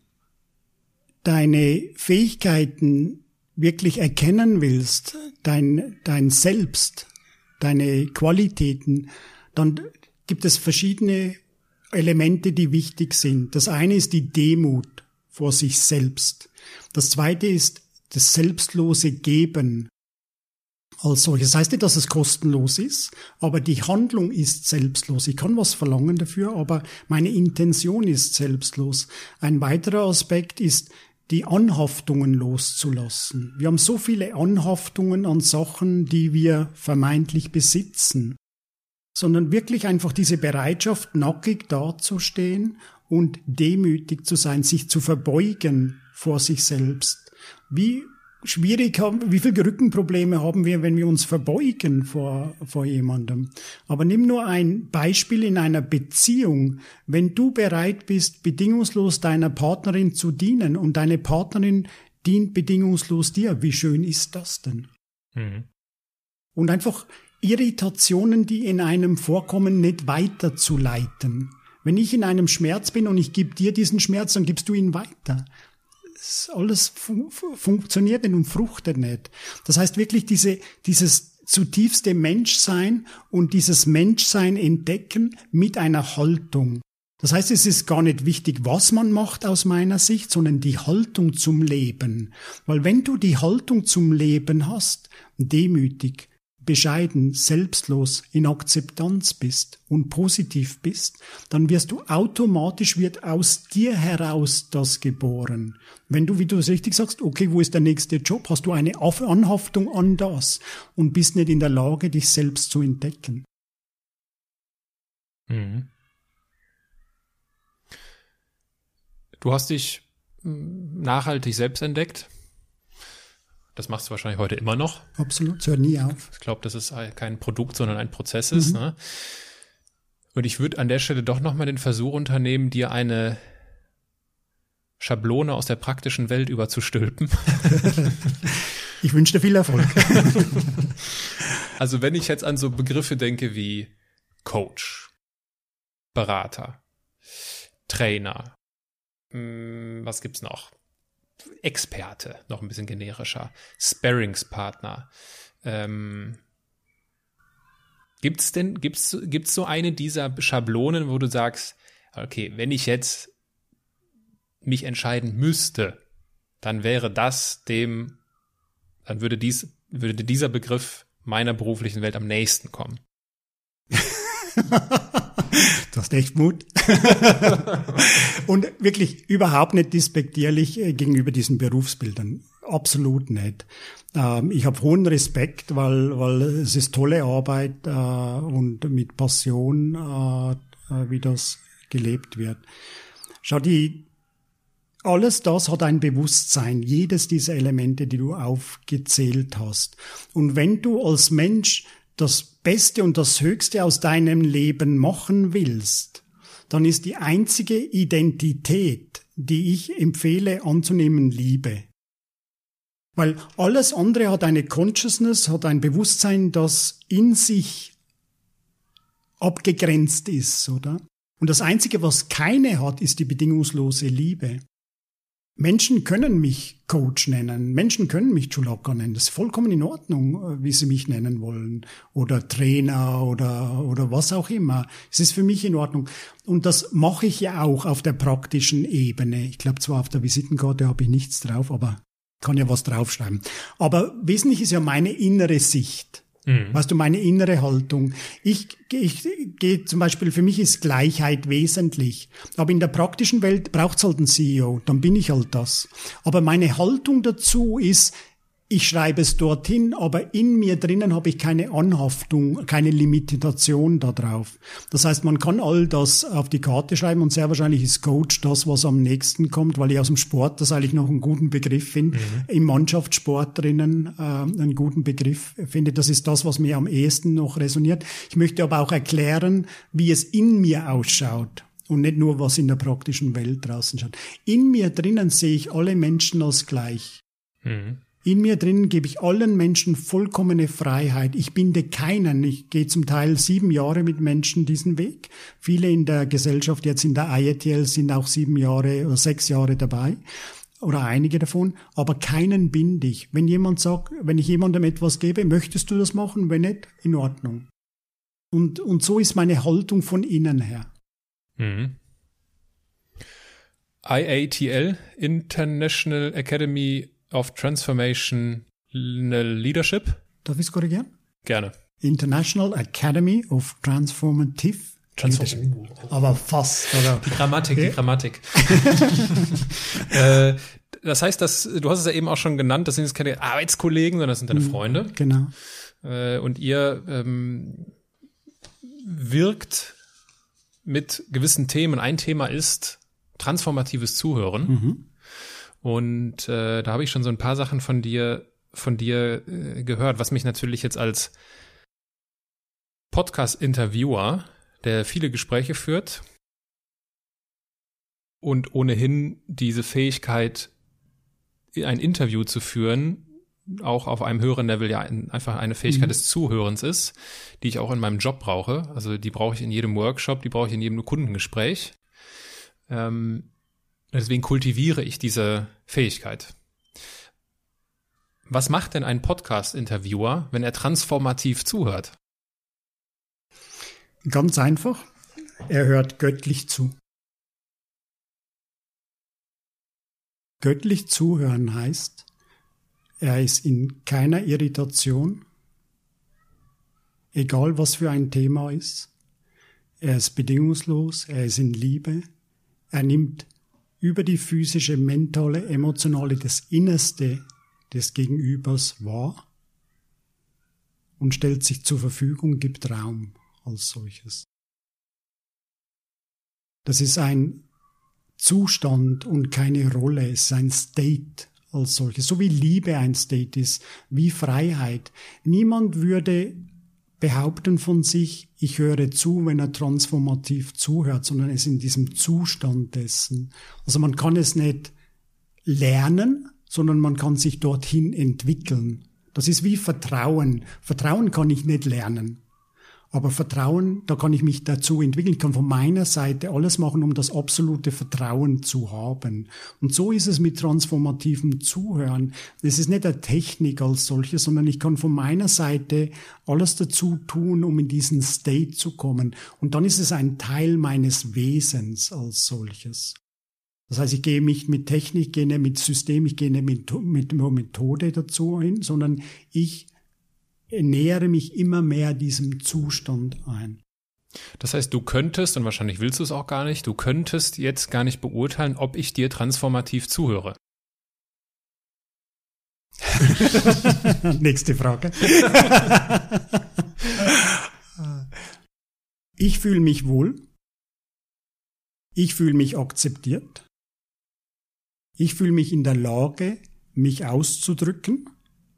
deine Fähigkeiten wirklich erkennen willst, dein, dein Selbst, deine Qualitäten, dann gibt es verschiedene Elemente, die wichtig sind. Das eine ist die Demut vor sich selbst. Das zweite ist das selbstlose Geben als solches. Das heißt nicht, dass es kostenlos ist, aber die Handlung ist selbstlos. Ich kann was verlangen dafür, aber meine Intention ist selbstlos. Ein weiterer Aspekt ist, die Anhaftungen loszulassen. Wir haben so viele Anhaftungen an Sachen, die wir vermeintlich besitzen, sondern wirklich einfach diese Bereitschaft, nackig dazustehen und demütig zu sein, sich zu verbeugen vor sich selbst. Wie schwierig haben, wie viele Rückenprobleme haben wir, wenn wir uns verbeugen vor, vor jemandem? Aber nimm nur ein Beispiel in einer Beziehung. Wenn du bereit bist, bedingungslos deiner Partnerin zu dienen und deine Partnerin dient bedingungslos dir, wie schön ist das denn? Mhm. Und einfach Irritationen, die in einem vorkommen, nicht weiterzuleiten. Wenn ich in einem Schmerz bin und ich gebe dir diesen Schmerz, dann gibst du ihn weiter. Das alles fun- funktioniert nicht und fruchtet nicht. Das heißt wirklich diese, dieses zutiefste Menschsein und dieses Menschsein entdecken mit einer Haltung. Das heißt, es ist gar nicht wichtig, was man macht aus meiner Sicht, sondern die Haltung zum Leben. Weil wenn du die Haltung zum Leben hast, demütig, bescheiden, selbstlos, in Akzeptanz bist und positiv bist, dann wirst du automatisch, wird aus dir heraus das geboren. Wenn du, wie du es richtig sagst, okay, wo ist der nächste Job, hast du eine Anhaftung an das und bist nicht in der Lage, dich selbst zu entdecken. Mhm. Du hast dich nachhaltig selbst entdeckt. Das machst du wahrscheinlich heute immer noch. Absolut, es hört nie auf. Ich glaube, dass es kein Produkt, sondern ein Prozess ist. Mhm. Ne? Und ich würde an der Stelle doch nochmal den Versuch unternehmen, dir eine Schablone aus der praktischen Welt überzustülpen. Ich wünsche dir viel Erfolg. Also wenn ich jetzt an so Begriffe denke wie Coach, Berater, Trainer, mh, was gibt's noch? Experte, noch ein bisschen generischer, Sparringspartner. Ähm, gibt's denn, gibt's, gibt's so eine dieser Schablonen, wo du sagst, okay, wenn ich jetzt mich entscheiden müsste, dann wäre das dem, dann würde dies, würde dieser Begriff meiner beruflichen Welt am nächsten kommen. Du hast echt Mut. Und wirklich überhaupt nicht despektierlich gegenüber diesen Berufsbildern. Absolut nicht. Ähm, ich habe hohen Respekt, weil, weil es ist tolle Arbeit äh, und mit Passion, äh, wie das gelebt wird. Schau, die, alles das hat ein Bewusstsein, jedes dieser Elemente, die du aufgezählt hast. Und wenn du als Mensch das Beste und das Höchste aus deinem Leben machen willst, dann ist die einzige Identität, die ich empfehle anzunehmen, Liebe. Weil alles andere hat eine Consciousness, hat ein Bewusstsein, das in sich abgegrenzt ist, oder? Und das Einzige, was keine hat, ist die bedingungslose Liebe. Menschen können mich Coach nennen, Menschen können mich Chulaka nennen, das ist vollkommen in Ordnung, wie sie mich nennen wollen, oder Trainer oder oder was auch immer. Es ist für mich in Ordnung. Und das mache ich ja auch auf der praktischen Ebene. Ich glaube zwar auf der Visitenkarte habe ich nichts drauf, aber kann ja was draufschreiben. Aber wesentlich ist ja meine innere Sicht. Mhm. Weißt du, meine innere Haltung. Ich, ich gehe zum Beispiel, für mich ist Gleichheit wesentlich. Aber in der praktischen Welt braucht's halt einen C E O, dann bin ich halt das. Aber meine Haltung dazu ist, ich schreibe es dorthin, aber in mir drinnen habe ich keine Anhaftung, keine Limitation da drauf. Das heißt, man kann all das auf die Karte schreiben und sehr wahrscheinlich ist Coach das, was am nächsten kommt, weil ich aus dem Sport das eigentlich noch einen guten Begriff finde, mhm. im Mannschaftssport drinnen äh, einen guten Begriff finde. Das ist das, was mir am ehesten noch resoniert. Ich möchte aber auch erklären, wie es in mir ausschaut. Und nicht nur, was in der praktischen Welt draußen schaut. In mir drinnen sehe ich alle Menschen als gleich. Mhm. In mir drin gebe ich allen Menschen vollkommene Freiheit. Ich binde keinen. Ich gehe zum Teil sieben Jahre mit Menschen diesen Weg. Viele in der Gesellschaft, jetzt in der I A T L, sind auch sieben Jahre oder sechs Jahre dabei. Oder einige davon. Aber keinen binde ich. Wenn jemand sagt, wenn ich jemandem etwas gebe, möchtest du das machen? Wenn nicht, in Ordnung. Und, und so ist meine Haltung von innen her. Mhm. I A T L, International Academy of Transformational Leadership. Darf ich es korrigieren? Gerne. International Academy of Transformative Leadership. Aber fast, oder? Die Grammatik, die Grammatik. äh, das heißt, dass, du hast es ja eben auch schon genannt, das sind jetzt keine Arbeitskollegen, sondern das sind deine Freunde. Genau. Äh, und ihr ähm, wirkt mit gewissen Themen. Ein Thema ist transformatives Zuhören. Mhm. Und äh, da habe ich schon so ein paar Sachen von dir von dir äh, gehört, was mich natürlich jetzt als Podcast-Interviewer, der viele Gespräche führt und ohnehin diese Fähigkeit, ein Interview zu führen, auch auf einem höheren Level ja ein, einfach eine Fähigkeit mhm. des Zuhörens ist, die ich auch in meinem Job brauche. Also die brauche ich in jedem Workshop, die brauche ich in jedem Kundengespräch. Ähm, Deswegen kultiviere ich diese Fähigkeit. Was macht denn ein Podcast-Interviewer, wenn er transformativ zuhört? Ganz einfach. Er hört göttlich zu. Göttlich zuhören heißt, er ist in keiner Irritation, egal was für ein Thema ist. Er ist bedingungslos, er ist in Liebe, er nimmt über die physische, mentale, emotionale, das Innerste des Gegenübers wahr und stellt sich zur Verfügung, gibt Raum als solches. Das ist ein Zustand und keine Rolle, es ist ein State als solches, so wie Liebe ein State ist, wie Freiheit. Niemand würde behaupten von sich, ich höre zu, wenn er transformativ zuhört, sondern es ist in diesem Zustand dessen. Also man kann es nicht lernen, sondern man kann sich dorthin entwickeln. Das ist wie Vertrauen. Vertrauen kann ich nicht lernen. Aber Vertrauen, da kann ich mich dazu entwickeln. Ich kann von meiner Seite alles machen, um das absolute Vertrauen zu haben. Und so ist es mit transformativem Zuhören. Es ist nicht eine Technik als solche, sondern ich kann von meiner Seite alles dazu tun, um in diesen State zu kommen. Und dann ist es ein Teil meines Wesens als solches. Das heißt, ich gehe nicht mit Technik, gehe nicht mit System, ich gehe nicht mit, mit Methode dazu hin, sondern ich nähere mich immer mehr diesem Zustand ein. Das heißt, du könntest, und wahrscheinlich willst du es auch gar nicht, du könntest jetzt gar nicht beurteilen, ob ich dir transformativ zuhöre. Nächste Frage. Ich fühle mich wohl. Ich fühle mich akzeptiert. Ich fühle mich in der Lage, mich auszudrücken.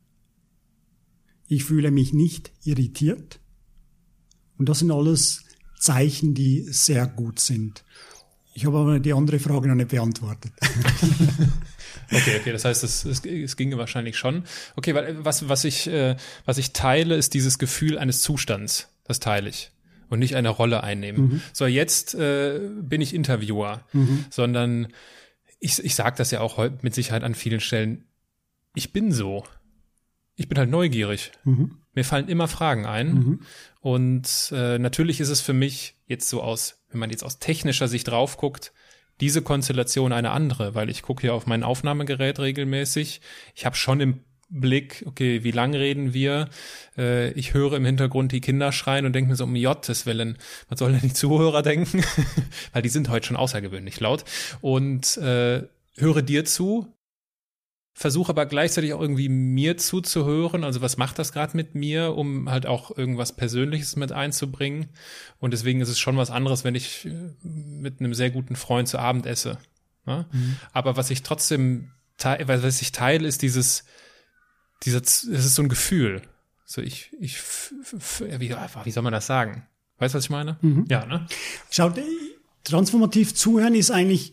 Ich fühle mich nicht irritiert. Und das sind alles Zeichen, die sehr gut sind. Ich habe aber die andere Frage noch nicht beantwortet. Okay, okay, das heißt, es, es, es ginge wahrscheinlich schon. Okay, weil was, was ich, äh, was ich teile, ist dieses Gefühl eines Zustands. Das teile ich. Und nicht eine Rolle einnehmen. Mhm. So, jetzt äh, bin ich Interviewer, mhm. sondern ich, ich sage das ja auch heute mit Sicherheit an vielen Stellen. Ich bin so. Ich bin halt neugierig. Mhm. Mir fallen immer Fragen ein. Mhm. Und äh, natürlich ist es für mich jetzt so aus, wenn man jetzt aus technischer Sicht drauf guckt, diese Konstellation eine andere, weil ich gucke hier auf mein Aufnahmegerät regelmäßig. Ich habe schon im Blick, okay, wie lang reden wir? Äh, ich höre im Hintergrund die Kinder schreien und denke mir so, um Gottes Willen, was sollen denn die Zuhörer denken? Weil die sind heute schon außergewöhnlich laut. Und äh, höre dir zu, versuche aber gleichzeitig auch irgendwie mir zuzuhören. Also was macht das gerade mit mir, um halt auch irgendwas Persönliches mit einzubringen? Und deswegen ist es schon was anderes, wenn ich mit einem sehr guten Freund zu Abend esse. Ja? Mhm. Aber was ich trotzdem teile, was ich teile, ist dieses, dieser, es ist so ein Gefühl. So ich, ich, wie, wie soll man das sagen? Weißt du, was ich meine? Mhm. Ja, ne? Schaut, transformativ zuhören ist eigentlich,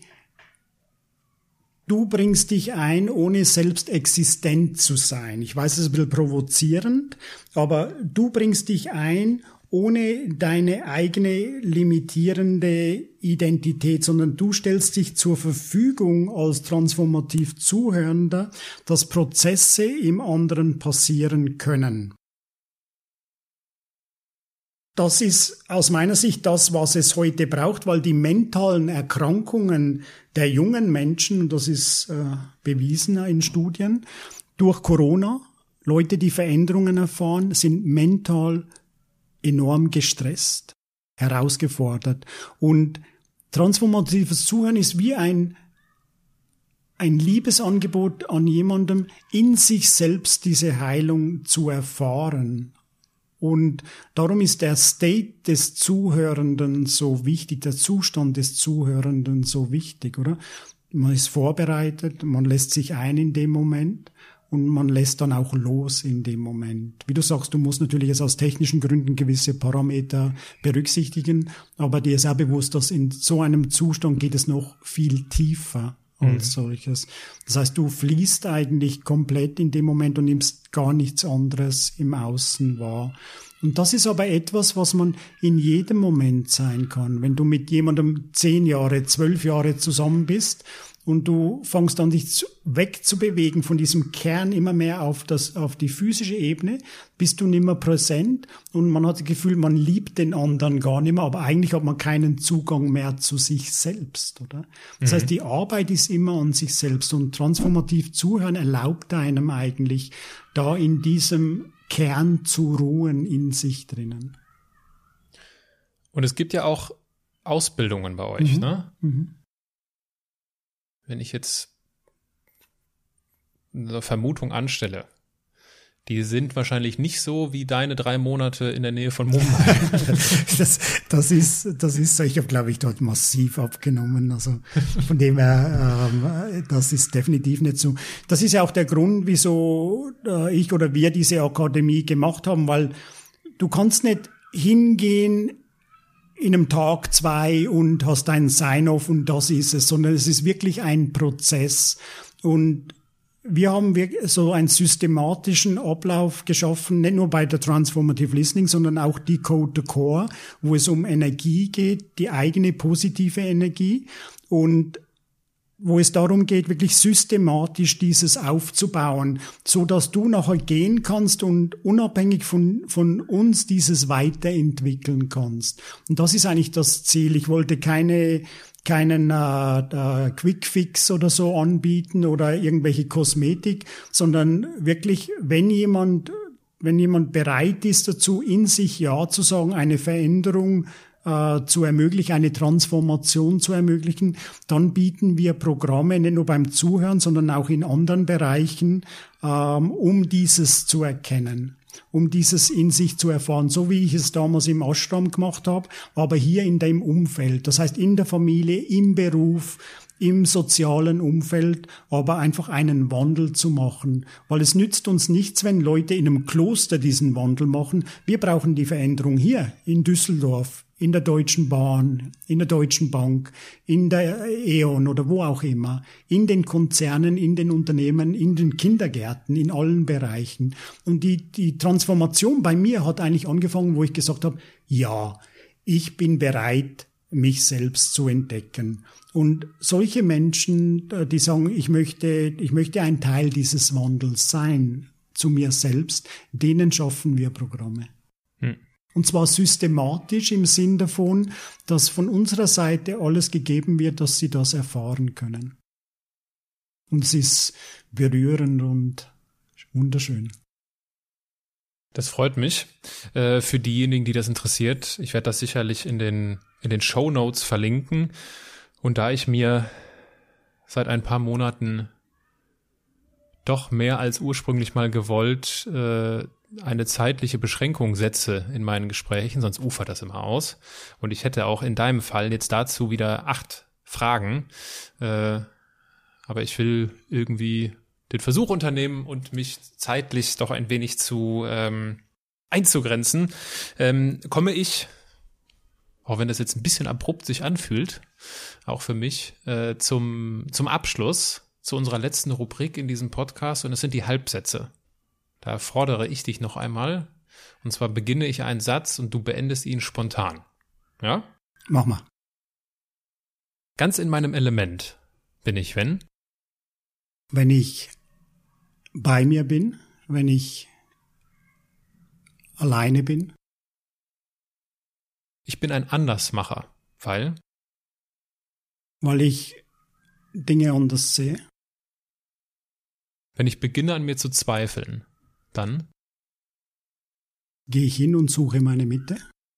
du bringst dich ein, ohne selbst existent zu sein. Ich weiß, es ist ein bisschen provozierend, aber du bringst dich ein, ohne deine eigene limitierende Identität, sondern du stellst dich zur Verfügung als transformativ Zuhörender, dass Prozesse im anderen passieren können. Das ist aus meiner Sicht das, was es heute braucht, weil die mentalen Erkrankungen der jungen Menschen, und das ist äh, bewiesen in Studien, durch Corona, Leute, die Veränderungen erfahren, sind mental enorm gestresst, herausgefordert. Und transformatives Zuhören ist wie ein, ein Liebesangebot an jemandem, in sich selbst diese Heilung zu erfahren. Und darum ist der State des Zuhörenden so wichtig, der Zustand des Zuhörenden so wichtig, oder? Man ist vorbereitet, man lässt sich ein in dem Moment und man lässt dann auch los in dem Moment. Wie du sagst, du musst natürlich jetzt aus technischen Gründen gewisse Parameter berücksichtigen, aber dir ist auch bewusst, dass in so einem Zustand geht es noch viel tiefer als mhm. solches. Das heißt, du fließt eigentlich komplett in dem Moment und nimmst gar nichts anderes im Außen wahr. Und das ist aber etwas, was man in jedem Moment sein kann. Wenn du mit jemandem zehn Jahre, zwölf Jahre zusammen bist und du fängst an, dich wegzubewegen von diesem Kern immer mehr auf das, auf die physische Ebene, bist du nicht mehr präsent und man hat das Gefühl, man liebt den anderen gar nicht mehr, aber eigentlich hat man keinen Zugang mehr zu sich selbst, oder? Das mhm. heißt, die Arbeit ist immer an sich selbst und transformativ zuhören erlaubt einem eigentlich, da in diesem Kern zu ruhen in sich drinnen. Und es gibt ja auch Ausbildungen bei euch, mhm. ne? Mhm. Wenn ich jetzt eine Vermutung anstelle, die sind wahrscheinlich nicht so wie deine drei Monate in der Nähe von Mumbai. das, das ist, das ist so. Ich habe, glaube ich, dort massiv abgenommen. Also von dem her, ähm, das ist definitiv nicht so. Das ist ja auch der Grund, wieso äh, ich oder wir diese Akademie gemacht haben, weil du kannst nicht hingehen in einem Tag, zwei und hast einen Sign-off und das ist es, sondern es ist wirklich ein Prozess. Und wir haben so einen systematischen Ablauf geschaffen, nicht nur bei der Transformative Listening, sondern auch Decode the Core, wo es um Energie geht, die eigene positive Energie und wo es darum geht, wirklich systematisch dieses aufzubauen, so dass du nachher gehen kannst und unabhängig von, von uns dieses weiterentwickeln kannst. Und das ist eigentlich das Ziel. Ich wollte keine, keinen äh, äh, Quick-Fix oder so anbieten oder irgendwelche Kosmetik, sondern wirklich, wenn jemand, wenn jemand bereit ist dazu, in sich Ja zu sagen, eine Veränderung zu ermöglichen, eine Transformation zu ermöglichen, dann bieten wir Programme nicht nur beim Zuhören, sondern auch in anderen Bereichen, ähm, um dieses zu erkennen, um dieses in sich zu erfahren, so wie ich es damals im Ashram gemacht habe, aber hier in dem Umfeld, das heißt in der Familie, im Beruf, im sozialen Umfeld, aber einfach einen Wandel zu machen. Weil es nützt uns nichts, wenn Leute in einem Kloster diesen Wandel machen. Wir brauchen die Veränderung hier in Düsseldorf, in der Deutschen Bahn, in der Deutschen Bank, in der E.ON oder wo auch immer, in den Konzernen, in den Unternehmen, in den Kindergärten, in allen Bereichen. Und die, die Transformation bei mir hat eigentlich angefangen, wo ich gesagt habe, ja, ich bin bereit, mich selbst zu entdecken. Und solche Menschen, die sagen, ich möchte, ich möchte ein Teil dieses Wandels sein, zu mir selbst, denen schaffen wir Programme. Hm. Und zwar systematisch im Sinn davon, dass von unserer Seite alles gegeben wird, dass sie das erfahren können. Und es ist berührend und wunderschön. Das freut mich. Äh, für diejenigen, die das interessiert, ich werde das sicherlich in den, in den Shownotes verlinken. Und da ich mir seit ein paar Monaten doch mehr als ursprünglich mal gewollt äh, eine zeitliche Beschränkung setze in meinen Gesprächen, sonst ufert das immer aus. Und ich hätte auch in deinem Fall jetzt dazu wieder acht Fragen. Äh, aber ich will irgendwie den Versuch unternehmen und mich zeitlich doch ein wenig zu ähm, einzugrenzen. Ähm, komme ich, auch wenn das jetzt ein bisschen abrupt sich anfühlt, auch für mich, äh, zum, zum Abschluss, zu unserer letzten Rubrik in diesem Podcast. Und das sind die Halbsätze. Da fordere ich dich noch einmal. Und zwar beginne ich einen Satz und du beendest ihn spontan. Ja? Mach mal. Ganz in meinem Element bin ich, wenn? Wenn ich bei mir bin, wenn ich alleine bin. Ich bin ein Andersmacher, weil? Weil ich Dinge anders sehe. Wenn ich beginne an mir zu zweifeln, dann? Gehe ich hin und suche meine Mitte.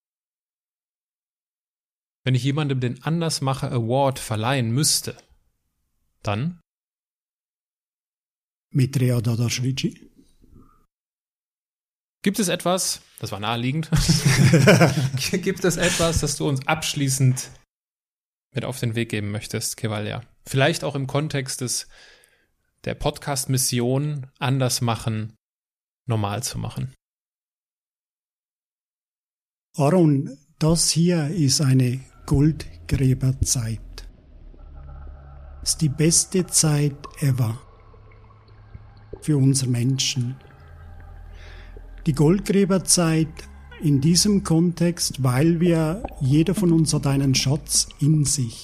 Wenn ich jemandem den Andersmacher Award verleihen müsste, dann? Mitreya Dadashvili. Gibt es etwas, das war naheliegend, gibt es etwas, das du uns abschließend mit auf den Weg geben möchtest, Kevalia? Vielleicht auch im Kontext des der Podcast-Mission anders machen, normal zu machen. Aaron, das hier ist eine Goldgräberzeit. Es ist die beste Zeit ever für uns Menschen. Die Goldgräberzeit in diesem Kontext, weil wir, jeder von uns hat einen Schatz in sich.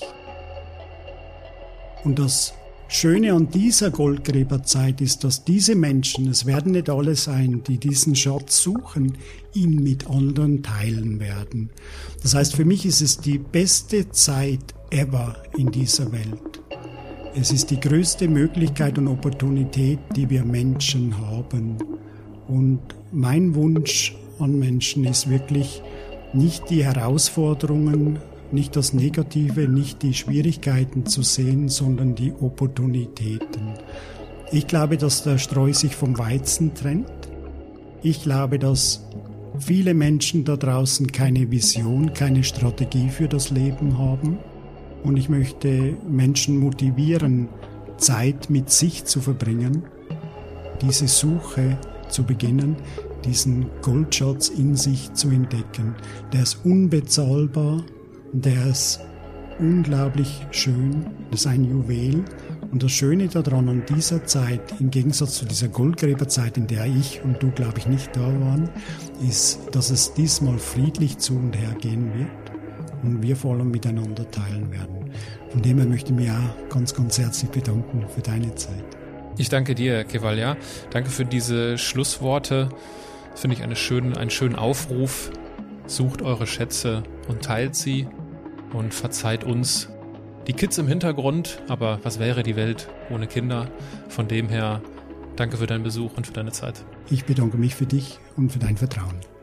Und das Schöne an dieser Goldgräberzeit ist, dass diese Menschen, es werden nicht alle sein, die diesen Schatz suchen, ihn mit anderen teilen werden. Das heißt, für mich ist es die beste Zeit ever in dieser Welt. Es ist die größte Möglichkeit und Opportunität, die wir Menschen haben. Und mein Wunsch an Menschen ist wirklich nicht die Herausforderungen, nicht das Negative, nicht die Schwierigkeiten zu sehen, sondern die Opportunitäten. Ich glaube, dass der Streu sich vom Weizen trennt. Ich glaube, dass viele Menschen da draußen keine Vision, keine Strategie für das Leben haben. Und ich möchte Menschen motivieren, Zeit mit sich zu verbringen, diese Suche zu beginnen, diesen Goldschatz in sich zu entdecken. Der ist unbezahlbar, der ist unglaublich schön, das ist ein Juwel. Und das Schöne daran an dieser Zeit, im Gegensatz zu dieser Goldgräberzeit, in der ich und du, glaube ich, nicht da waren, ist, dass es diesmal friedlich zu und her gehen wird und wir vor allem miteinander teilen werden. Von dem her möchte ich mich auch ganz, ganz herzlich bedanken für deine Zeit. Ich danke dir, Kevalia. Danke für diese Schlussworte. Das finde ich eine schöne, einen schönen Aufruf. Sucht eure Schätze und teilt sie und verzeiht uns die Kids im Hintergrund. Aber was wäre die Welt ohne Kinder? Von dem her, danke für deinen Besuch und für deine Zeit. Ich bedanke mich für dich und für dein Vertrauen.